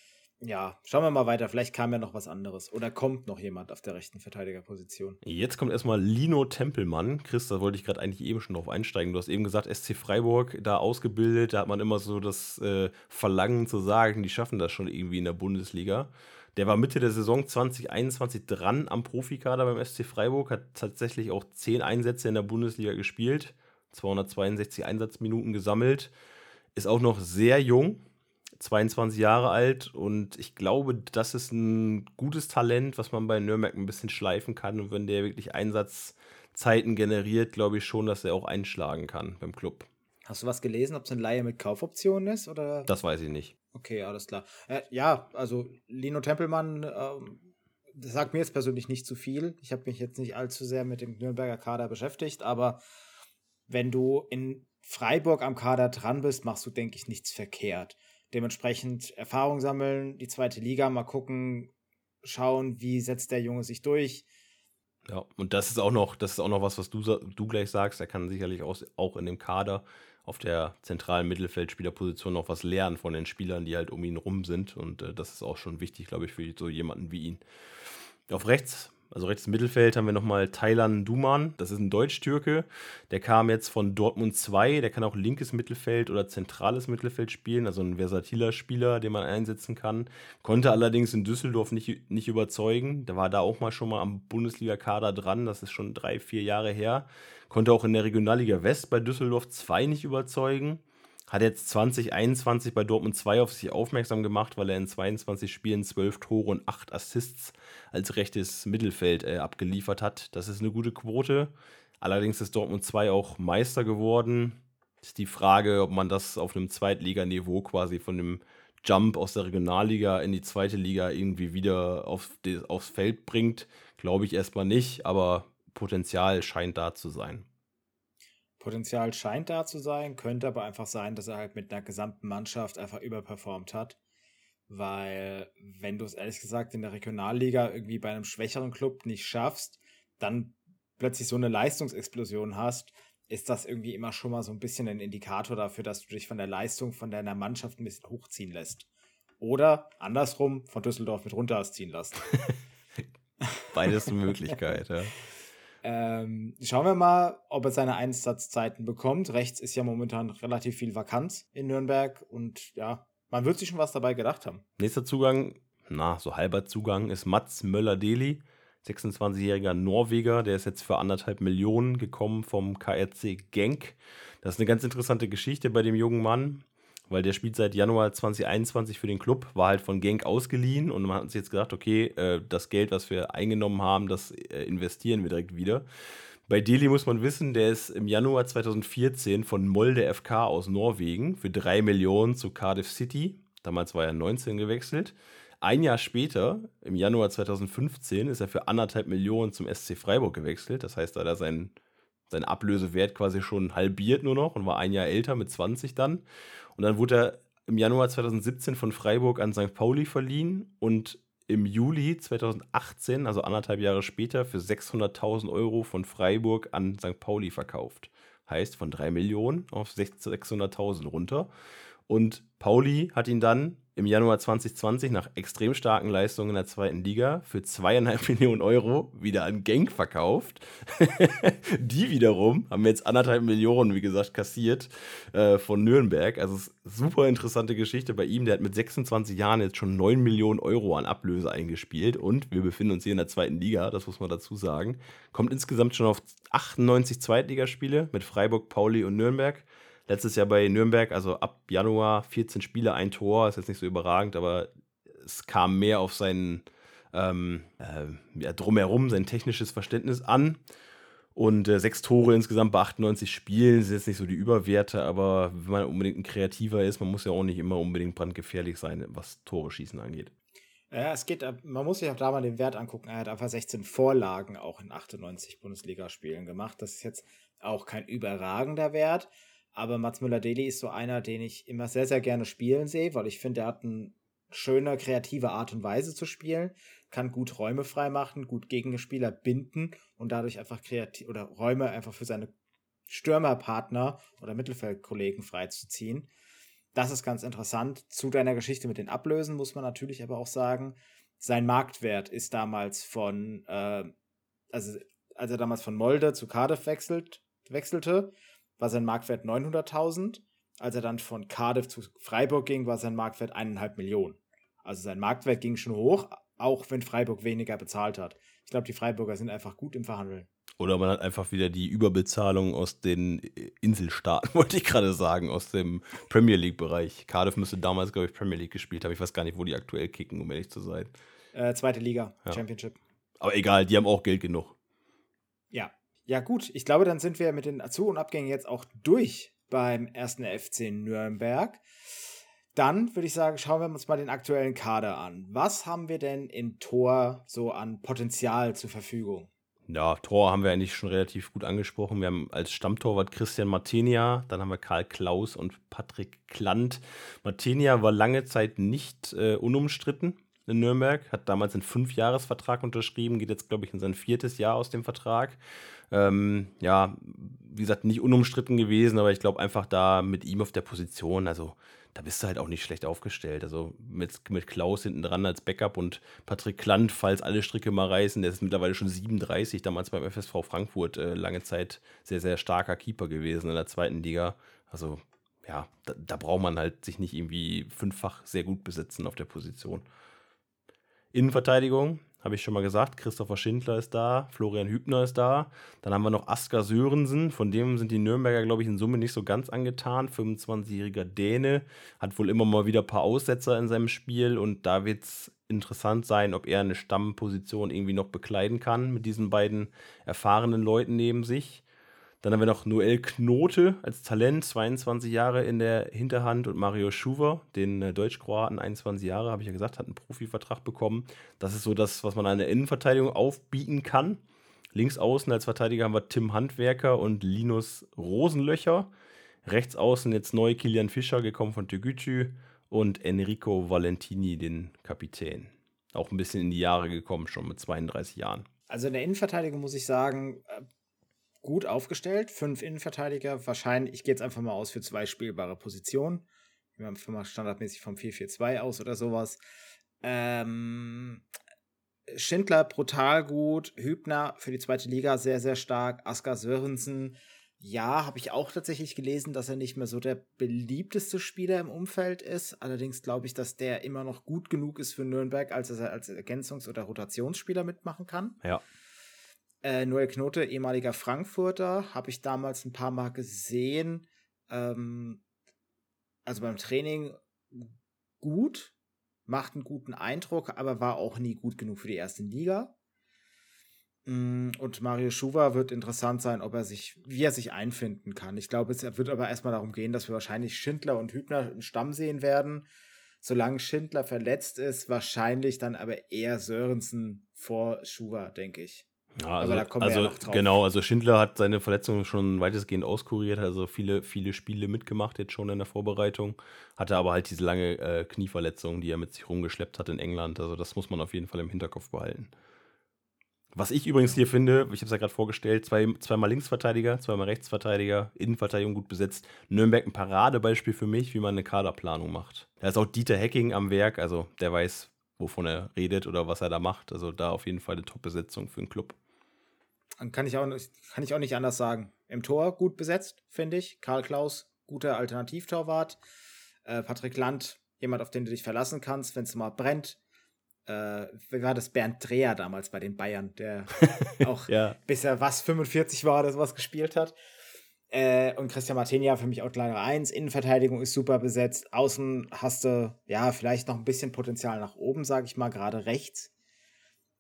Ja, schauen wir mal weiter, vielleicht kam ja noch was anderes oder kommt noch jemand auf der rechten Verteidigerposition. Jetzt kommt erstmal Lino Tempelmann. Chris, da wollte ich gerade eigentlich eben schon drauf einsteigen. Du hast eben gesagt, S C Freiburg da ausgebildet, da hat man immer so das äh, Verlangen zu sagen, die schaffen das schon irgendwie in der Bundesliga. Der war Mitte der Saison zwanzig einundzwanzig dran am Profikader beim S C Freiburg, hat tatsächlich auch zehn Einsätze in der Bundesliga gespielt, zweihundertzweiundsechzig Einsatzminuten gesammelt, ist auch noch sehr jung, zweiundzwanzig Jahre alt und ich glaube, das ist ein gutes Talent, was man bei Nürnberg ein bisschen schleifen kann und wenn der wirklich Einsatzzeiten generiert, glaube ich schon, dass er auch einschlagen kann beim Club. Hast du was gelesen, ob es eine Leihe mit Kaufoption ist? Oder? Das weiß ich nicht. Okay, alles klar. Äh, ja, also Lino Tempelmann, ähm, das sagt mir jetzt persönlich nicht zu viel. Ich habe mich jetzt nicht allzu sehr mit dem Nürnberger Kader beschäftigt, aber wenn du in Freiburg am Kader dran bist, machst du, denke ich, nichts verkehrt. Dementsprechend Erfahrung sammeln, die zweite Liga, mal gucken, schauen, wie setzt der Junge sich durch. Ja, und das ist auch noch, das ist auch noch was, was du, du gleich sagst. Er kann sicherlich auch, auch in dem Kader auf der zentralen Mittelfeldspielerposition noch was lernen von den Spielern, die halt um ihn rum sind. Und äh, das ist auch schon wichtig, glaube ich, für so jemanden wie ihn. Auf rechts, also rechts im Mittelfeld, haben wir nochmal Taylan Duman. Das ist ein Deutsch-Türke. Der kam jetzt von Dortmund zwei. Der kann auch linkes Mittelfeld oder zentrales Mittelfeld spielen. Also ein versatiler Spieler, den man einsetzen kann. Konnte allerdings in Düsseldorf nicht, nicht überzeugen. Der war da auch mal schon mal am Bundesliga-Kader dran. Das ist schon drei, vier Jahre her. Konnte auch in der Regionalliga West bei Düsseldorf zwei nicht überzeugen. Hat jetzt zwanzig einundzwanzig bei Dortmund zwei auf sich aufmerksam gemacht, weil er in zweiundzwanzig Spielen zwölf Tore und acht Assists als rechtes Mittelfeld äh, abgeliefert hat. Das ist eine gute Quote. Allerdings ist Dortmund zwei auch Meister geworden. Ist die Frage, ob man das auf einem Zweitliganiveau quasi von dem Jump aus der Regionalliga in die zweite Liga irgendwie wieder auf die, aufs Feld bringt. Glaube ich erstmal nicht, aber Potenzial scheint da zu sein. Potenzial scheint da zu sein, könnte aber einfach sein, dass er halt mit einer gesamten Mannschaft einfach überperformt hat. Weil, wenn du es ehrlich gesagt in der Regionalliga irgendwie bei einem schwächeren Club nicht schaffst, dann plötzlich so eine Leistungsexplosion hast, ist das irgendwie immer schon mal so ein bisschen ein Indikator dafür, dass du dich von der Leistung von deiner Mannschaft ein bisschen hochziehen lässt. Oder andersrum von Düsseldorf mit runter hast ziehen lassen. Beides eine Möglichkeit, ja. Ähm, schauen wir mal, ob er seine Einsatzzeiten bekommt. Rechts ist ja momentan relativ viel Vakanz in Nürnberg und ja, man wird sich schon was dabei gedacht haben. Nächster Zugang, na, so halber Zugang, ist Mats Möller-Deli, sechsundzwanzigjähriger Norweger, der ist jetzt für anderthalb Millionen gekommen vom K R C Genk. Das ist eine ganz interessante Geschichte bei dem jungen Mann, weil der spielt seit Januar zwanzig einundzwanzig für den Club, war halt von Genk ausgeliehen und man hat sich jetzt gedacht, okay, äh, das Geld, was wir eingenommen haben, das äh, investieren wir direkt wieder. Bei Deli muss man wissen, der ist im Januar zweitausendvierzehn von Molde F K aus Norwegen für drei Millionen zu Cardiff City, damals war er neunzehn gewechselt. Ein Jahr später, im Januar zweitausendfünfzehn, ist er für anderthalb Millionen zum S C Freiburg gewechselt, das heißt, da hat er seinen, seinen Ablösewert quasi schon halbiert nur noch und war ein Jahr älter mit zwanzig dann. Und dann wurde er im Januar zweitausendsiebzehn von Freiburg an Sankt Pauli verliehen und im Juli zweitausendachtzehn, also anderthalb Jahre später, für sechshunderttausend Euro von Freiburg an Sankt Pauli verkauft. Heißt von drei Millionen auf sechshunderttausend runter. Und Pauli hat ihn dann im Januar zwanzig zwanzig nach extrem starken Leistungen in der zweiten Liga für zweieinhalb Millionen Euro wieder an Genk verkauft. Die wiederum haben jetzt anderthalb Millionen, wie gesagt, kassiert äh, von Nürnberg. Also es ist eine super interessante Geschichte bei ihm. Der hat mit sechsundzwanzig Jahren jetzt schon neun Millionen Euro an Ablöse eingespielt und wir befinden uns hier in der zweiten Liga, das muss man dazu sagen. Kommt insgesamt schon auf achtundneunzig Zweitligaspiele mit Freiburg, Pauli und Nürnberg. Letztes Jahr bei Nürnberg, also ab Januar, vierzehn Spiele, ein Tor, ist jetzt nicht so überragend, aber es kam mehr auf sein ähm, äh, ja, Drumherum, sein technisches Verständnis an. Und äh, sechs Tore insgesamt bei achtundneunzig Spielen sind jetzt nicht so die Überwerte, aber wenn man unbedingt ein Kreativer ist, man muss ja auch nicht immer unbedingt brandgefährlich sein, was Tore schießen angeht. Ja, es geht, man muss sich auch da mal den Wert angucken. Er hat einfach sechzehn Vorlagen auch in achtundneunzig Bundesligaspielen gemacht. Das ist jetzt auch kein überragender Wert, aber Mats Müller-Deli ist so einer, den ich immer sehr, sehr gerne spielen sehe, weil ich finde, er hat eine schöne, kreative Art und Weise zu spielen, kann gut Räume freimachen, gut Gegenspieler binden und dadurch einfach kreativ oder Räume einfach für seine Stürmerpartner oder Mittelfeldkollegen freizuziehen. Das ist ganz interessant. Zu deiner Geschichte mit den Ablösen muss man natürlich aber auch sagen, sein Marktwert ist damals von, äh, also als er damals von Molde zu Cardiff wechselt, wechselte, war sein Marktwert neunhunderttausend. Als er dann von Cardiff zu Freiburg ging, war sein Marktwert eineinhalb Millionen. Also sein Marktwert ging schon hoch, auch wenn Freiburg weniger bezahlt hat. Ich glaube, die Freiburger sind einfach gut im Verhandeln. Oder man hat einfach wieder die Überbezahlung aus den Inselstaaten, wollte ich gerade sagen, aus dem Premier League-Bereich. Cardiff müsste damals, glaube ich, Premier League gespielt haben. Ich weiß gar nicht, wo die aktuell kicken, um ehrlich zu sein. Äh, zweite Liga, ja. Championship. Aber egal, die haben auch Geld genug. Ja, ja gut. Ich glaube, dann sind wir mit den Zu- und Abgängen jetzt auch durch beim ersten F C Nürnberg. Dann würde ich sagen, schauen wir uns mal den aktuellen Kader an. Was haben wir denn im Tor so an Potenzial zur Verfügung? Ja, Tor haben wir eigentlich schon relativ gut angesprochen. Wir haben als Stammtorwart Christian Martinia, dann haben wir Karl Klaus und Patrick Klant. Martinia war lange Zeit nicht äh, unumstritten in Nürnberg, hat damals einen Fünfjahresvertrag unterschrieben, geht jetzt, glaube ich, in sein viertes Jahr aus dem Vertrag. Ähm, ja, wie gesagt, nicht unumstritten gewesen, aber ich glaube einfach da mit ihm auf der Position, also da bist du halt auch nicht schlecht aufgestellt. Also mit, mit Klaus hinten dran als Backup und Patrick Klant, falls alle Stricke mal reißen, der ist mittlerweile schon siebenunddreißig, damals beim F S V Frankfurt äh, lange Zeit sehr, sehr starker Keeper gewesen in der zweiten Liga. Also ja, da, da braucht man halt sich nicht irgendwie fünffach sehr gut besitzen auf der Position. Innenverteidigung, habe ich schon mal gesagt, Christopher Schindler ist da, Florian Hübner ist da. Dann haben wir noch Askar Sörensen, von dem sind die Nürnberger, glaube ich, in Summe nicht so ganz angetan. fünfundzwanzigjähriger Däne, hat wohl immer mal wieder ein paar Aussetzer in seinem Spiel und da wird es interessant sein, ob er eine Stammposition irgendwie noch bekleiden kann mit diesen beiden erfahrenen Leuten neben sich. Dann haben wir noch Noel Knote als Talent, zweiundzwanzig Jahre in der Hinterhand und Mario Schuwer, den äh, Deutsch-Kroaten, einundzwanzig Jahre, habe ich ja gesagt, hat einen Profivertrag bekommen. Das ist so das, was man an der Innenverteidigung aufbieten kann. Links außen als Verteidiger haben wir Tim Handwerker und Linus Rosenlöcher. Rechts außen jetzt neu Kilian Fischer, gekommen von Tegucigalpa und Enrico Valentini, den Kapitän. Auch ein bisschen in die Jahre gekommen, schon mit zweiunddreißig Jahren. Also in der Innenverteidigung muss ich sagen, gut aufgestellt. Fünf Innenverteidiger, wahrscheinlich, ich gehe jetzt einfach mal aus für zwei spielbare Positionen. Wir haben einfach mal standardmäßig vom vier vier zwei aus oder sowas. Ähm, Schindler brutal gut, Hübner für die zweite Liga sehr, sehr stark, Askar Sörensen, ja, habe ich auch tatsächlich gelesen, dass er nicht mehr so der beliebteste Spieler im Umfeld ist. Allerdings glaube ich, dass der immer noch gut genug ist für Nürnberg, als er als Ergänzungs- oder Rotationsspieler mitmachen kann. Ja. Äh, Noel Knote, ehemaliger Frankfurter, habe ich damals ein paar Mal gesehen. Ähm, also beim Training gut, macht einen guten Eindruck, aber war auch nie gut genug für die erste Liga. Und Mario Schuwer wird interessant sein, ob er sich, wie er sich einfinden kann. Ich glaube, es wird aber erstmal darum gehen, dass wir wahrscheinlich Schindler und Hübner im Stamm sehen werden. Solange Schindler verletzt ist, wahrscheinlich dann aber eher Sörensen vor Schuwer, denke ich. Ja, also, aber da kommen also wir ja noch drauf. Genau, also Schindler hat seine Verletzung schon weitestgehend auskuriert, also viele, viele Spiele mitgemacht jetzt schon in der Vorbereitung, hatte aber halt diese lange äh, Knieverletzung, die er mit sich rumgeschleppt hat in England, also das muss man auf jeden Fall im Hinterkopf behalten. Was ich übrigens hier finde, ich habe es ja gerade vorgestellt, zwei, zweimal Linksverteidiger, zweimal Rechtsverteidiger, Innenverteidigung gut besetzt. Nürnberg ein Paradebeispiel für mich, wie man eine Kaderplanung macht. Da ist auch Dieter Hecking am Werk, also der weiß, wovon er redet oder was er da macht. Also da auf jeden Fall eine Top-Besetzung für einen Club. Kann ich, auch nicht, kann ich auch nicht anders sagen. Im Tor gut besetzt, finde ich. Karl Klaus, guter Alternativtorwart. Äh, Patrick Land, jemand, auf den du dich verlassen kannst, wenn es mal brennt. Äh, wie war das? Bernd Dreher damals bei den Bayern, der auch ja. bis er was fünfundvierzig war oder sowas gespielt hat. Äh, und Christian Martinia für mich auch Lager eins. Innenverteidigung ist super besetzt. Außen hast du, ja, vielleicht noch ein bisschen Potenzial nach oben, sage ich mal, gerade rechts.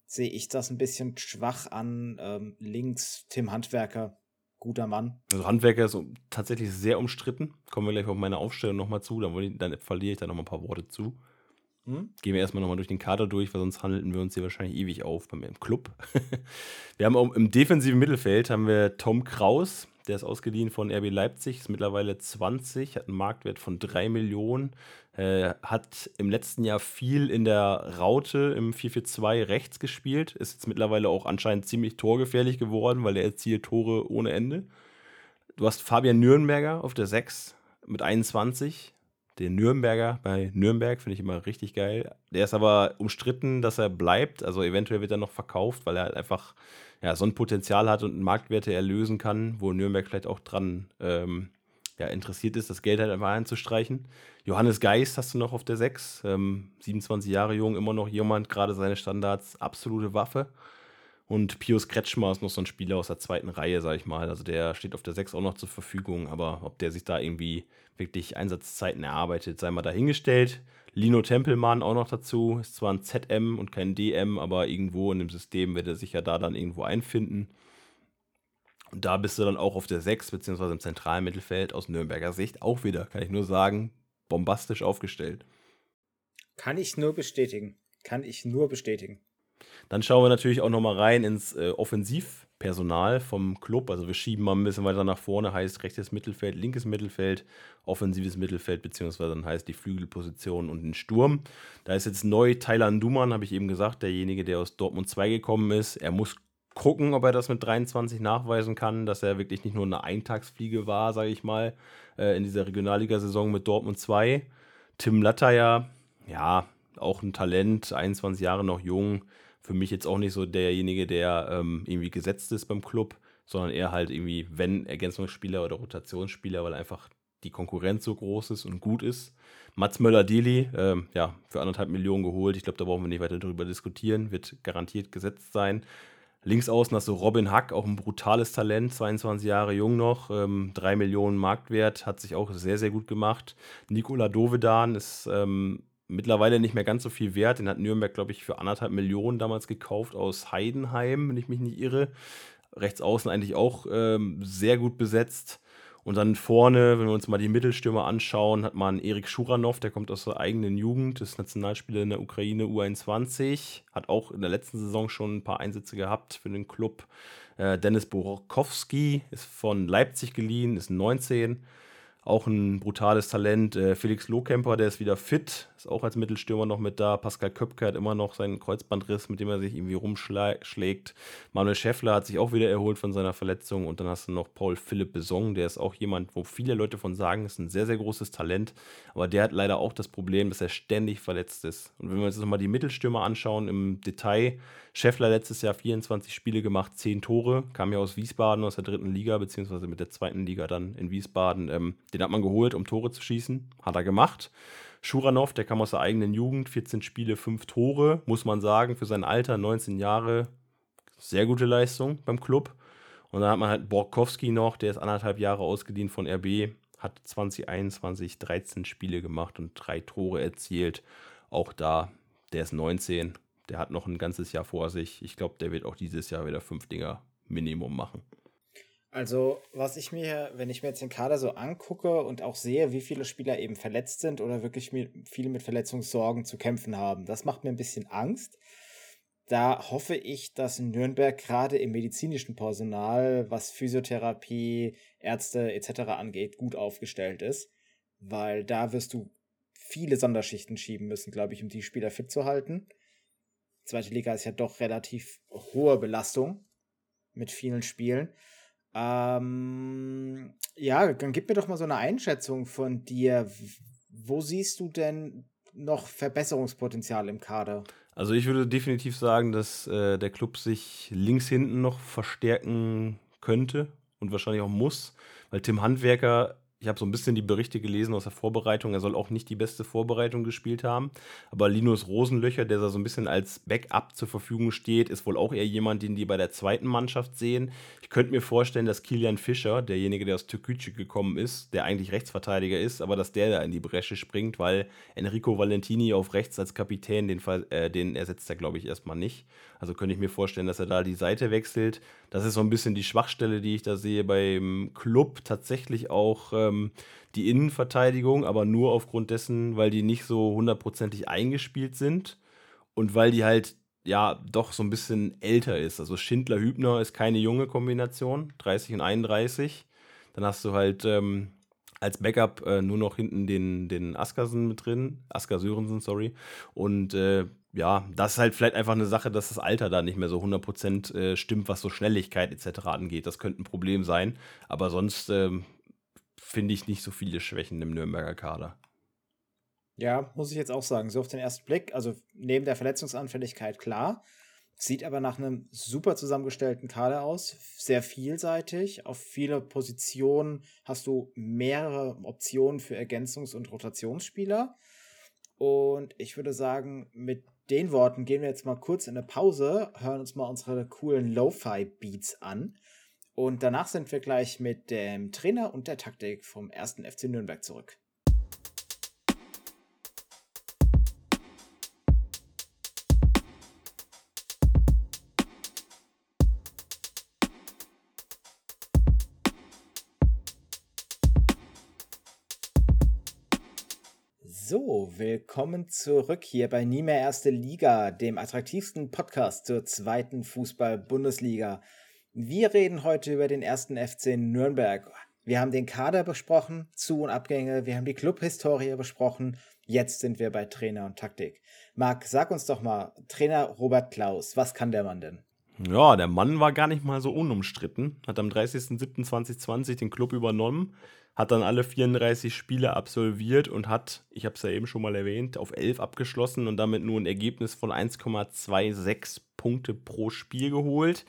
sehe ich das ein bisschen schwach an. Ähm, links Tim Handwerker, guter Mann. Also Handwerker ist tatsächlich sehr umstritten. Kommen wir gleich auf meine Aufstellung nochmal zu, dann, ich, dann verliere ich da nochmal ein paar Worte zu. Hm? Gehen wir erstmal nochmal durch den Kader durch, weil sonst handelten wir uns hier wahrscheinlich ewig auf beim im Club. Wir haben auch im defensiven Mittelfeld haben wir Tom Kraus, der ist ausgeliehen von R B Leipzig, ist mittlerweile zwanzig, hat einen Marktwert von drei Millionen, äh, hat im letzten Jahr viel in der Raute im vier vier zwei rechts gespielt, ist jetzt mittlerweile auch anscheinend ziemlich torgefährlich geworden, weil er erzielt Tore ohne Ende. Du hast Fabian Nürnberger auf der sechs mit einundzwanzig. Den Nürnberger bei Nürnberg finde ich immer richtig geil. Der ist aber umstritten, dass er bleibt. Also eventuell wird er noch verkauft, weil er halt einfach ja, so ein Potenzial hat und Marktwerte erlösen kann, wo Nürnberg vielleicht auch dran ähm, ja, interessiert ist, das Geld halt einfach einzustreichen. Johannes Geist hast du noch auf der sechs. Ähm, siebenundzwanzig Jahre jung, immer noch jemand, gerade seine Standards, absolute Waffe. Und Pius Kretschmer ist noch so ein Spieler aus der zweiten Reihe, sag ich mal. Also der steht auf der sechs auch noch zur Verfügung, aber ob der sich da irgendwie wirklich Einsatzzeiten erarbeitet, sei mal dahingestellt. Lino Tempelmann auch noch dazu, ist zwar ein Z M und kein D M, aber irgendwo in dem System wird er sich ja da dann irgendwo einfinden. Und da bist du dann auch auf der sechs, beziehungsweise im zentralen Mittelfeld aus Nürnberger Sicht auch wieder, kann ich nur sagen, bombastisch aufgestellt. Kann ich nur bestätigen. Kann ich nur bestätigen. Dann schauen wir natürlich auch nochmal rein ins äh, Offensivpersonal vom Club. Also wir schieben mal ein bisschen weiter nach vorne, heißt rechtes Mittelfeld, linkes Mittelfeld, offensives Mittelfeld, beziehungsweise dann heißt die Flügelposition und den Sturm. Da ist jetzt neu Tyler Nduman, habe ich eben gesagt, derjenige, der aus Dortmund zwei gekommen ist. Er muss gucken, ob er das mit dreiundzwanzig nachweisen kann, dass er wirklich nicht nur eine Eintagsfliege war, sage ich mal, äh, in dieser Regionalligasaison mit Dortmund zwei. Tim Lattayer, ja, auch ein Talent, einundzwanzig Jahre noch jung. Für mich jetzt auch nicht so derjenige, der ähm, irgendwie gesetzt ist beim Club, sondern eher halt irgendwie, wenn Ergänzungsspieler oder Rotationsspieler, weil einfach die Konkurrenz so groß ist und gut ist. Mats Möller-Deli, ähm, ja, für anderthalb Millionen geholt. Ich glaube, da brauchen wir nicht weiter drüber diskutieren. Wird garantiert gesetzt sein. Links außen hast du Robin Hack, auch ein brutales Talent, zweiundzwanzig Jahre jung noch, ähm, drei Millionen Marktwert, hat sich auch sehr, sehr gut gemacht. Nikola Dovedan ist ähm, mittlerweile nicht mehr ganz so viel wert. Den hat Nürnberg, glaube ich, für anderthalb Millionen damals gekauft aus Heidenheim, wenn ich mich nicht irre. Rechts außen eigentlich auch ähm, sehr gut besetzt. Und dann vorne, wenn wir uns mal die Mittelstürmer anschauen, hat man Erik Schuranov, der kommt aus der eigenen Jugend, ist Nationalspieler in der Ukraine U einundzwanzig, hat auch in der letzten Saison schon ein paar Einsätze gehabt für den Club. Äh, Dennis Borowski ist von Leipzig geliehen, ist neunzehn. Auch ein brutales Talent. Äh, Felix Lohkemper, der ist wieder fit, ist auch als Mittelstürmer noch mit da. Pascal Köpke hat immer noch seinen Kreuzbandriss, mit dem er sich irgendwie rumschlägt. Manuel Schäffler hat sich auch wieder erholt von seiner Verletzung. Und dann hast du noch Paul Philipp Besong, der ist auch jemand, wo viele Leute von sagen, ist ein sehr, sehr großes Talent. Aber der hat leider auch das Problem, dass er ständig verletzt ist. Und wenn wir uns jetzt nochmal die Mittelstürmer anschauen im Detail, Schäffler letztes Jahr vierundzwanzig Spiele gemacht, zehn Tore, kam ja aus Wiesbaden, aus der dritten Liga, beziehungsweise mit der zweiten Liga dann in Wiesbaden. Ähm, den hat man geholt, um Tore zu schießen, hat er gemacht. Schuranov, der kam aus der eigenen Jugend, vierzehn Spiele, fünf Tore, muss man sagen, für sein Alter, neunzehn Jahre, sehr gute Leistung beim Club. Und dann hat man halt Borkowski noch, der ist anderthalb Jahre ausgeliehen von R B, hat zwanzig einundzwanzig dreizehn Spiele gemacht und drei Tore erzielt. Auch da, der ist neunzehn. Der hat noch ein ganzes Jahr vor sich. Ich glaube, der wird auch dieses Jahr wieder fünf Dinger Minimum machen. Also, was ich mir, wenn ich mir jetzt den Kader so angucke und auch sehe, wie viele Spieler eben verletzt sind oder wirklich viel mit Verletzungssorgen zu kämpfen haben, das macht mir ein bisschen Angst. Da hoffe ich, dass Nürnberg gerade im medizinischen Personal, was Physiotherapie, Ärzte et cetera angeht, gut aufgestellt ist, weil da wirst du viele Sonderschichten schieben müssen, glaube ich, um die Spieler fit zu halten. Zweite Liga ist ja doch relativ hohe Belastung mit vielen Spielen. Ähm, ja, dann gib mir doch mal so eine Einschätzung von dir. Wo siehst du denn noch Verbesserungspotenzial im Kader? Also ich würde definitiv sagen, dass äh, der Club sich links hinten noch verstärken könnte und wahrscheinlich auch muss, weil Tim Handwerker ich habe so ein bisschen die Berichte gelesen aus der Vorbereitung, er soll auch nicht die beste Vorbereitung gespielt haben. Aber Linus Rosenlöcher, der da so ein bisschen als Backup zur Verfügung steht, ist wohl auch eher jemand, den die bei der zweiten Mannschaft sehen. Ich könnte mir vorstellen, dass Kilian Fischer, derjenige, der aus Türkgücü gekommen ist, der eigentlich Rechtsverteidiger ist, aber dass der da in die Bresche springt, weil Enrico Valentini auf rechts als Kapitän, den, Fall, äh, den ersetzt er, glaube ich, erstmal nicht. Also könnte ich mir vorstellen, dass er da die Seite wechselt. Das ist so ein bisschen die Schwachstelle, die ich da sehe beim Club. Tatsächlich auch ähm, die Innenverteidigung, aber nur aufgrund dessen, weil die nicht so hundertprozentig eingespielt sind und weil die halt ja doch so ein bisschen älter ist. Also Schindler-Hübner ist keine junge Kombination, dreißig und einunddreißig. Dann hast du halt ähm, als Backup äh, nur noch hinten den, den Askersen mit drin, Asker Sörensen, sorry. Und äh, ja, das ist halt vielleicht einfach eine Sache, dass das Alter da nicht mehr so hundert Prozent äh, stimmt, was so Schnelligkeit et cetera angeht. Das könnte ein Problem sein. Aber sonst ähm, finde ich nicht so viele Schwächen im Nürnberger Kader. Ja, muss ich jetzt auch sagen. So auf den ersten Blick, also neben der Verletzungsanfälligkeit klar, sieht aber nach einem super zusammengestellten Kader aus, sehr vielseitig. Auf viele Positionen hast du mehrere Optionen für Ergänzungs- und Rotationsspieler. Und ich würde sagen, mit den Worten gehen wir jetzt mal kurz in eine Pause, hören uns mal unsere coolen Lo-Fi-Beats an. Und danach sind wir gleich mit dem Trainer und der Taktik vom ersten F C Nürnberg zurück. So, willkommen zurück hier bei Nie mehr Erste Liga, dem attraktivsten Podcast zur zweiten Fußball-Bundesliga. Wir reden heute über den ersten F C Nürnberg. Wir haben den Kader besprochen, Zu- und Abgänge, wir haben die Clubhistorie besprochen. Jetzt sind wir bei Trainer und Taktik. Marc, sag uns doch mal, Trainer Robert Klaus, was kann der Mann denn? Ja, der Mann war gar nicht mal so unumstritten. Hat am dreißigsten siebten zweitausendzwanzig den Club übernommen, hat dann alle vierunddreißig Spiele absolviert und hat, ich habe es ja eben schon mal erwähnt, auf elf abgeschlossen und damit nur ein Ergebnis von eins Komma sechsundzwanzig Punkte pro Spiel geholt.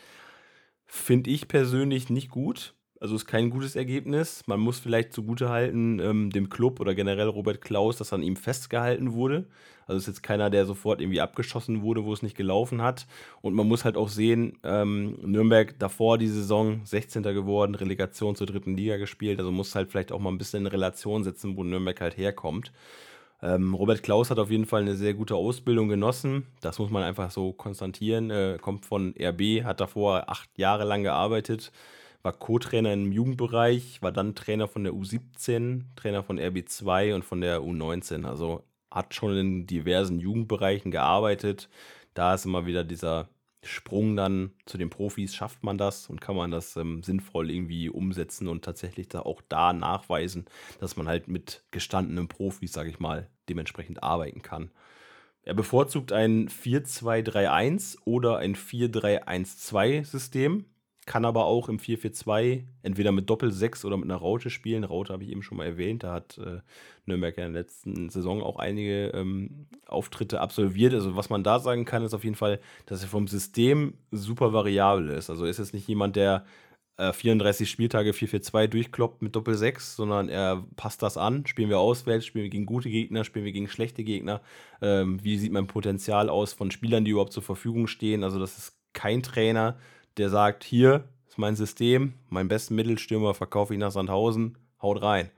Finde ich persönlich nicht gut. Also ist kein gutes Ergebnis. Man muss vielleicht zugutehalten ähm, dem Club oder generell Robert Klaus, dass an ihm festgehalten wurde. Also ist jetzt keiner, der sofort irgendwie abgeschossen wurde, wo es nicht gelaufen hat. Und man muss halt auch sehen, ähm, Nürnberg davor die Saison sechzehnter geworden, Relegation zur dritten Liga gespielt. Also muss halt vielleicht auch mal ein bisschen in Relation setzen, wo Nürnberg halt herkommt. Ähm, Robert Klaus hat auf jeden Fall eine sehr gute Ausbildung genossen. Das muss man einfach so konstatieren. Äh, kommt von R B, hat davor acht Jahre lang gearbeitet, war Co-Trainer im Jugendbereich, war dann Trainer von der U siebzehn, Trainer von R B zwei und von der U neunzehn. Also hat schon in diversen Jugendbereichen gearbeitet. Da ist immer wieder dieser Sprung dann zu den Profis. Schafft man das und kann man das ähm, sinnvoll irgendwie umsetzen und tatsächlich da auch da nachweisen, dass man halt mit gestandenen Profis, sage ich mal, dementsprechend arbeiten kann. Er bevorzugt ein vier zwei drei eins oder ein vier drei eins zwei System. Kann aber auch im vier vier zwei entweder mit Doppel-Sechs oder mit einer Raute spielen. Raute habe ich eben schon mal erwähnt. Da hat äh, Nürnberg ja in der letzten Saison auch einige ähm, Auftritte absolviert. Also was man da sagen kann, ist auf jeden Fall, dass er vom System super variabel ist. Also ist jetzt nicht jemand, der äh, vierunddreißig Spieltage vier vier zwei durchkloppt mit Doppel-Sechs, sondern er passt das an. Spielen wir auswärts, spielen wir gegen gute Gegner, spielen wir gegen schlechte Gegner. Ähm, wie sieht mein Potenzial aus von Spielern, die überhaupt zur Verfügung stehen? Also das ist kein Trainer, der sagt, hier ist mein System, meinen besten Mittelstürmer verkaufe ich nach Sandhausen, haut rein.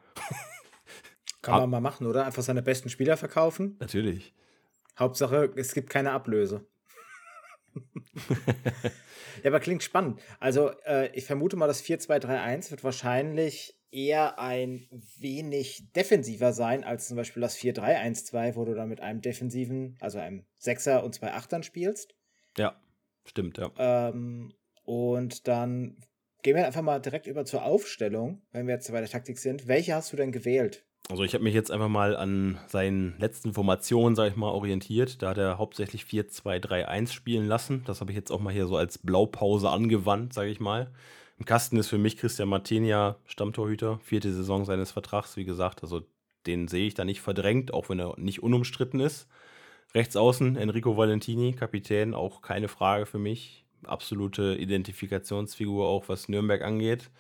Kann man mal machen, oder? Einfach seine besten Spieler verkaufen. Natürlich. Hauptsache, es gibt keine Ablöse. Ja, aber klingt spannend. Also, äh, ich vermute mal, das vier zwei drei eins wird wahrscheinlich eher ein wenig defensiver sein als zum Beispiel das vier drei eins zwei, wo du dann mit einem defensiven, also einem Sechser und zwei Achtern spielst. Ja, stimmt, ja. Ähm, und dann gehen wir einfach mal direkt über zur Aufstellung, wenn wir jetzt bei der Taktik sind. Welche hast du denn gewählt? Also ich habe mich jetzt einfach mal an seinen letzten Formationen, sage ich mal, orientiert. Da hat er hauptsächlich vier zwei drei eins spielen lassen. Das habe ich jetzt auch mal hier so als Blaupause angewandt, sage ich mal. Im Kasten ist für mich Christian Martinia Stammtorhüter, vierte Saison seines Vertrags, wie gesagt. Also den sehe ich da nicht verdrängt, auch wenn er nicht unumstritten ist. Rechts außen Enrico Valentini, Kapitän, auch keine Frage für mich. Absolute Identifikationsfigur auch, was Nürnberg angeht.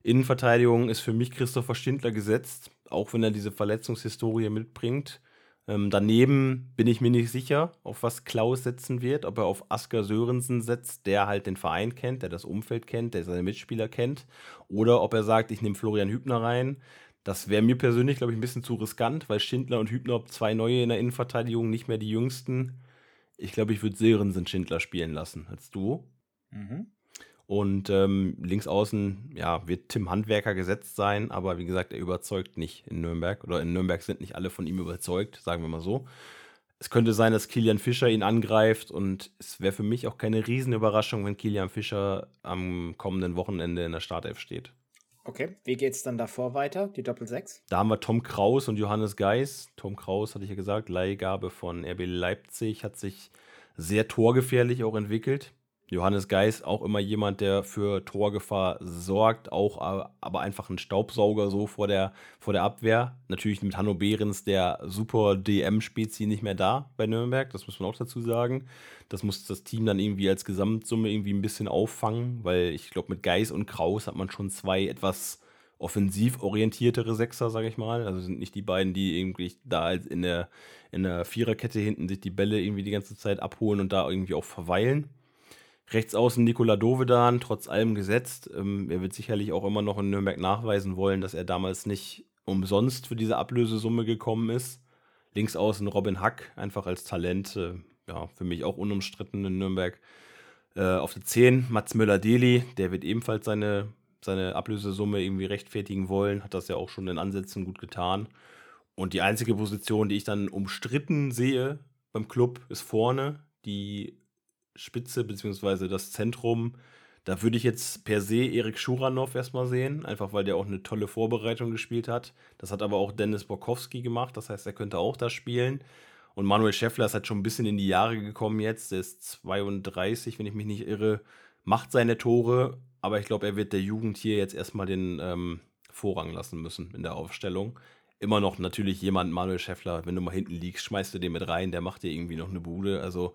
Innenverteidigung ist für mich Christopher Schindler gesetzt, auch wenn er diese Verletzungshistorie mitbringt. Ähm, daneben bin ich mir nicht sicher, auf was Klaus setzen wird, ob er auf Asker Sörensen setzt, der halt den Verein kennt, der das Umfeld kennt, der seine Mitspieler kennt, oder ob er sagt, ich nehme Florian Hübner rein. Das wäre mir persönlich, glaube ich, ein bisschen zu riskant, weil Schindler und Hübner zwei neue in der Innenverteidigung, nicht mehr die jüngsten. Ich glaube, ich würde Sörensen Schindler spielen lassen als Duo. Mhm. Und ähm, links außen, ja, wird Tim Handwerker gesetzt sein, aber wie gesagt, er überzeugt nicht in Nürnberg. Oder in Nürnberg sind nicht alle von ihm überzeugt, sagen wir mal so. Es könnte sein, dass Kilian Fischer ihn angreift und es wäre für mich auch keine Riesenüberraschung, wenn Kilian Fischer am kommenden Wochenende in der Startelf steht. Okay, wie geht's dann davor weiter, die Doppel-Sechs? Da haben wir Tom Kraus und Johannes Geis. Tom Kraus, hatte ich ja gesagt, Leihgabe von R B Leipzig, hat sich sehr torgefährlich auch entwickelt. Johannes Geis auch immer jemand, der für Torgefahr sorgt, auch aber einfach ein Staubsauger so vor der, vor der Abwehr. Natürlich mit Hanno Behrens, der super D M-Spezi, nicht mehr da bei Nürnberg, das muss man auch dazu sagen. Das muss das Team dann irgendwie als Gesamtsumme irgendwie ein bisschen auffangen, weil ich glaube, mit Geis und Kraus hat man schon zwei etwas offensiv orientiertere Sechser, sage ich mal. Also sind nicht die beiden, die irgendwie da in der, in der Viererkette hinten sich die Bälle irgendwie die ganze Zeit abholen und da irgendwie auch verweilen. Rechts außen Nikola Dovedan, trotz allem gesetzt. Ähm, er wird sicherlich auch immer noch in Nürnberg nachweisen wollen, dass er damals nicht umsonst für diese Ablösesumme gekommen ist. Links außen Robin Hack, einfach als Talent, äh, ja, für mich auch unumstritten in Nürnberg. Äh, auf der zehn Mats Möller-Deli, der wird ebenfalls seine, seine Ablösesumme irgendwie rechtfertigen wollen, hat das ja auch schon in Ansätzen gut getan. Und die einzige Position, die ich dann umstritten sehe beim Club, ist vorne die Spitze bzw. das Zentrum. Da würde ich jetzt per se Erik Schuranov erstmal sehen, einfach weil der auch eine tolle Vorbereitung gespielt hat. Das hat aber auch Dennis Borkowski gemacht, das heißt, er könnte auch da spielen. Und Manuel Schäffler ist halt schon ein bisschen in die Jahre gekommen jetzt, der ist zweiunddreißig, wenn ich mich nicht irre, macht seine Tore, aber ich glaube, er wird der Jugend hier jetzt erstmal den ähm, Vorrang lassen müssen in der Aufstellung. Immer noch natürlich jemand, Manuel Schäffler, wenn du mal hinten liegst, schmeißt du den mit rein, der macht dir irgendwie noch eine Bude, also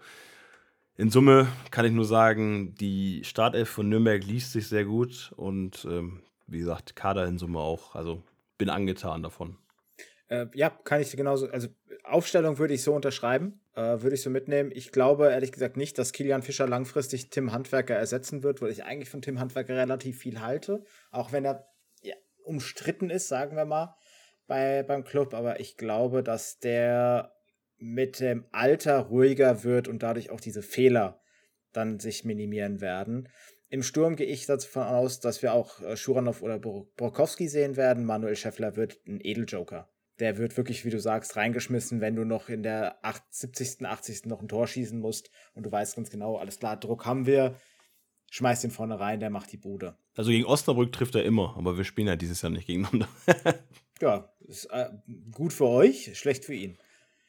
in Summe kann ich nur sagen, die Startelf von Nürnberg liest sich sehr gut und ähm, wie gesagt, Kader in Summe auch. Also bin angetan davon. Äh, ja, kann ich genauso, also Aufstellung würde ich so unterschreiben, äh, würde ich so mitnehmen. Ich glaube ehrlich gesagt nicht, dass Kilian Fischer langfristig Tim Handwerker ersetzen wird, weil ich eigentlich von Tim Handwerker relativ viel halte, auch wenn er ja, umstritten ist, sagen wir mal, bei, beim Club. Aber ich glaube, dass der mit dem Alter ruhiger wird und dadurch auch diese Fehler dann sich minimieren werden. Im Sturm gehe ich davon aus, dass wir auch äh, Schuranov oder Borkowski sehen werden. Manuel Schäffler wird ein Edeljoker. Der wird wirklich, wie du sagst, reingeschmissen, wenn du noch in der siebzigsten, achtzigsten noch ein Tor schießen musst und du weißt ganz genau, alles klar, Druck haben wir, schmeiß den vorne rein, der macht die Bude. Also gegen Osnabrück trifft er immer, aber wir spielen ja dieses Jahr nicht gegeneinander. Ja, ist äh, gut für euch, schlecht für ihn.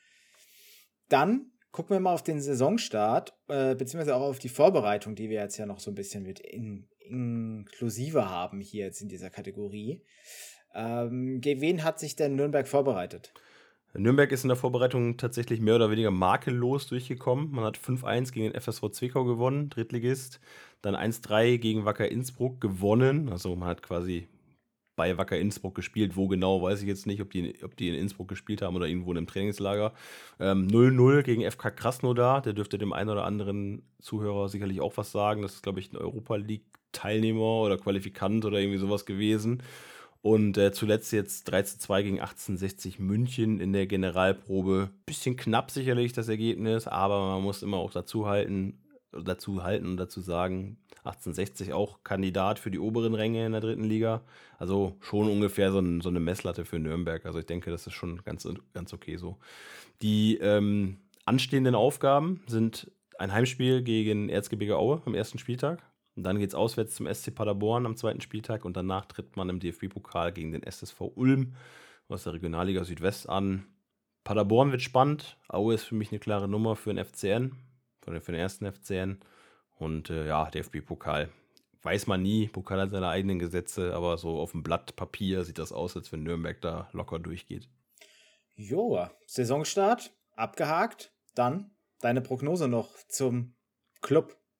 Dann gucken wir mal auf den Saisonstart, äh, beziehungsweise auch auf die Vorbereitung, die wir jetzt ja noch so ein bisschen mit in, inklusive haben hier jetzt in dieser Kategorie. Ähm, gegen wen hat sich denn Nürnberg vorbereitet? Nürnberg ist in der Vorbereitung tatsächlich mehr oder weniger makellos durchgekommen. Man hat fünf eins gegen den F S V Zwickau gewonnen, Drittligist. Dann eins drei gegen Wacker Innsbruck gewonnen. Also man hat quasi bei Wacker Innsbruck gespielt. Wo genau, weiß ich jetzt nicht, ob die, ob die in Innsbruck gespielt haben oder irgendwo in einem Trainingslager. Ähm, null null gegen F K Krasnodar. Der dürfte dem einen oder anderen Zuhörer sicherlich auch was sagen. Das ist, glaube ich, ein Europa-League-Teilnehmer oder Qualifikant oder irgendwie sowas gewesen. Und äh, zuletzt jetzt drei zu zwei gegen achtzehnhundertsechzig München in der Generalprobe. Bisschen knapp sicherlich das Ergebnis, aber man muss immer auch dazu halten, dazu halten und dazu sagen, achtzehnhundertsechzig auch Kandidat für die oberen Ränge in der dritten Liga. Also schon ungefähr so, ein, so eine Messlatte für Nürnberg. Also ich denke, das ist schon ganz, ganz okay so. Die ähm, anstehenden Aufgaben sind ein Heimspiel gegen Erzgebirge Aue am ersten Spieltag. Und dann geht es auswärts zum S C Paderborn am zweiten Spieltag und danach tritt man im D F B-Pokal gegen den S S V Ulm aus der Regionalliga Südwest an. Paderborn wird spannend. Aue ist für mich eine klare Nummer für den F C N, für den ersten F C N. Und äh, ja, D F B-Pokal weiß man nie. Pokal hat seine eigenen Gesetze, aber so auf dem Blatt Papier sieht das aus, als wenn Nürnberg da locker durchgeht. Joa, Saisonstart, abgehakt. Dann deine Prognose noch zum Club.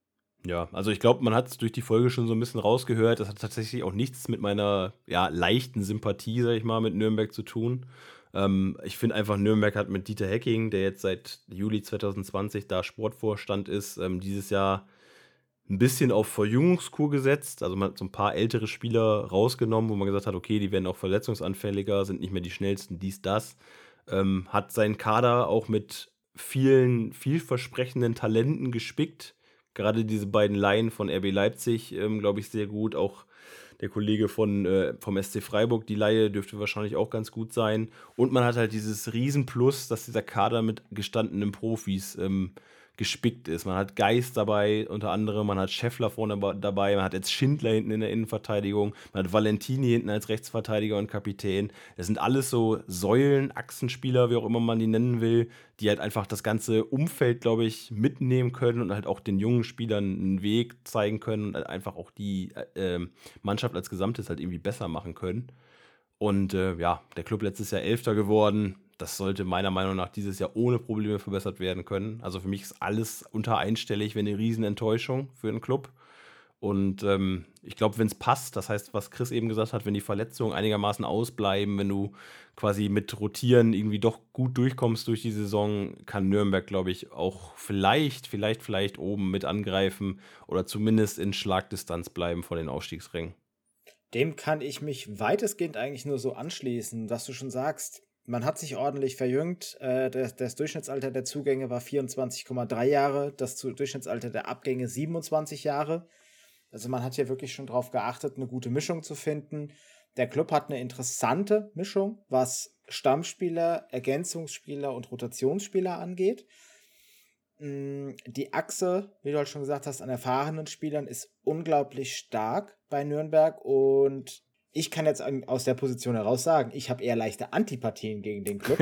Ja, also ich glaube, man hat es durch die Folge schon so ein bisschen rausgehört. Das hat tatsächlich auch nichts mit meiner ja, leichten Sympathie, sag ich mal, mit Nürnberg zu tun. Ähm, ich finde einfach, Nürnberg hat mit Dieter Hecking, der jetzt seit Juli zwanzig zwanzig da Sportvorstand ist, ähm, dieses Jahr ein bisschen auf Verjüngungskur gesetzt. Also man hat so ein paar ältere Spieler rausgenommen, wo man gesagt hat, okay, die werden auch verletzungsanfälliger, sind nicht mehr die schnellsten, dies, das. Ähm, hat seinen Kader auch mit vielen vielversprechenden Talenten gespickt. Gerade diese beiden Laien von R B Leipzig, ähm, glaube ich, sehr gut. Auch der Kollege von, äh, vom S C Freiburg, die Laie, dürfte wahrscheinlich auch ganz gut sein. Und man hat halt dieses Riesenplus, dass dieser Kader mit gestandenen Profis ähm, gespickt ist. Man hat Geist dabei, unter anderem, man hat Scheffler vorne dabei, man hat jetzt Schindler hinten in der Innenverteidigung, man hat Valentini hinten als Rechtsverteidiger und Kapitän. Das sind alles so Säulen, Achsenspieler, wie auch immer man die nennen will, die halt einfach das ganze Umfeld, glaube ich, mitnehmen können und halt auch den jungen Spielern einen Weg zeigen können und halt einfach auch die äh, Mannschaft als Gesamtes halt irgendwie besser machen können. Und äh, ja, der Club letztes Jahr Elfter geworden. Das sollte meiner Meinung nach dieses Jahr ohne Probleme verbessert werden können. Also für mich ist alles unter einstellig, wenn eine Riesenenttäuschung für den Club. Und ähm, ich glaube, wenn es passt, das heißt, was Chris eben gesagt hat, wenn die Verletzungen einigermaßen ausbleiben, wenn du quasi mit Rotieren irgendwie doch gut durchkommst durch die Saison, kann Nürnberg, glaube ich, auch vielleicht, vielleicht, vielleicht oben mit angreifen oder zumindest in Schlagdistanz bleiben von den Aufstiegsrängen. Dem kann ich mich weitestgehend eigentlich nur so anschließen, was du schon sagst. Man hat sich ordentlich verjüngt. Äh, das, das Durchschnittsalter der Zugänge war vierundzwanzig Komma drei Jahre, das Durchschnittsalter der Abgänge siebenundzwanzig Jahre. Also man hat hier wirklich schon darauf geachtet, eine gute Mischung zu finden. Der Club hat eine interessante Mischung, was Stammspieler, Ergänzungsspieler und Rotationsspieler angeht. Die Achse, wie du halt schon gesagt hast, an erfahrenen Spielern ist unglaublich stark bei Nürnberg und ich kann jetzt aus der Position heraus sagen, ich habe eher leichte Antipathien gegen den Club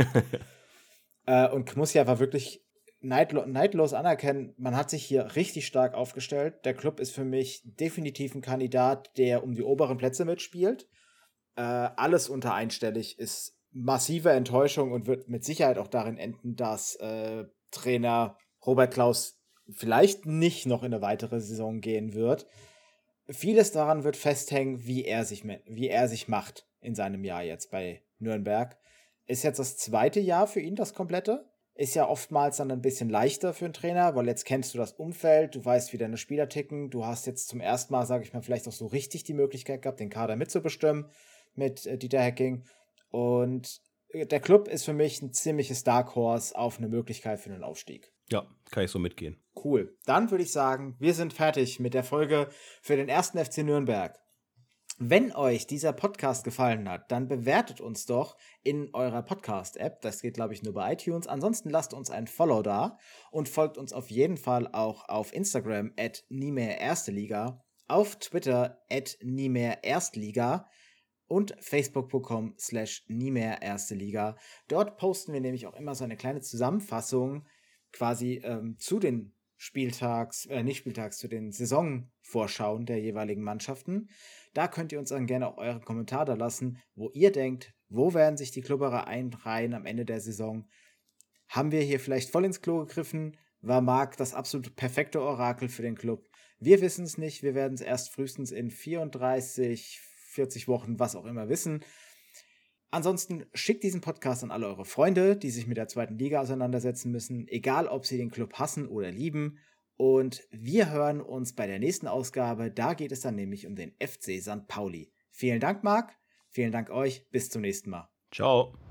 äh, und muss ja aber wirklich neidlo- neidlos anerkennen, man hat sich hier richtig stark aufgestellt. Der Club ist für mich definitiv ein Kandidat, der um die oberen Plätze mitspielt. Äh, alles unter einstellig ist massive Enttäuschung und wird mit Sicherheit auch darin enden, dass äh, Trainer Robert Klaus vielleicht nicht noch in eine weitere Saison gehen wird. Vieles daran wird festhängen, wie er sich, wie er sich macht in seinem Jahr jetzt bei Nürnberg. Ist jetzt das zweite Jahr für ihn, das komplette. Ist ja oftmals dann ein bisschen leichter für einen Trainer, weil jetzt kennst du das Umfeld, du weißt, wie deine Spieler ticken. Du hast jetzt zum ersten Mal, sage ich mal, vielleicht auch so richtig die Möglichkeit gehabt, den Kader mitzubestimmen mit äh, Dieter Hecking. Und der Club ist für mich ein ziemliches Dark Horse auf eine Möglichkeit für einen Aufstieg. Ja, kann ich so mitgehen. Cool. Dann würde ich sagen, wir sind fertig mit der Folge für den ersten F C Nürnberg. Wenn euch dieser Podcast gefallen hat, dann bewertet uns doch in eurer Podcast-App. Das geht, glaube ich, nur bei iTunes. Ansonsten lasst uns ein Follow da und folgt uns auf jeden Fall auch auf Instagram at niemehr erste Liga, auf Twitter at niemehr erstliga und facebook.com slash niemehr erste Liga. Dort posten wir nämlich auch immer so eine kleine Zusammenfassung quasi ähm, zu den Spieltags, äh, nicht Spieltags, zu den Saisonvorschauen der jeweiligen Mannschaften. Da könnt ihr uns dann gerne auch euren Kommentar da lassen, wo ihr denkt, wo werden sich die Klubberer einreihen am Ende der Saison? Haben wir hier vielleicht voll ins Klo gegriffen? War Marc das absolut perfekte Orakel für den Club? Wir wissen es nicht, wir werden es erst frühestens in vierunddreißig, vierzig Wochen, was auch immer wissen. Ansonsten schickt diesen Podcast an alle eure Freunde, die sich mit der zweiten Liga auseinandersetzen müssen, egal ob sie den Club hassen oder lieben. Und wir hören uns bei der nächsten Ausgabe. Da geht es dann nämlich um den F C Sankt Pauli. Vielen Dank, Marc. Vielen Dank euch. Bis zum nächsten Mal. Ciao.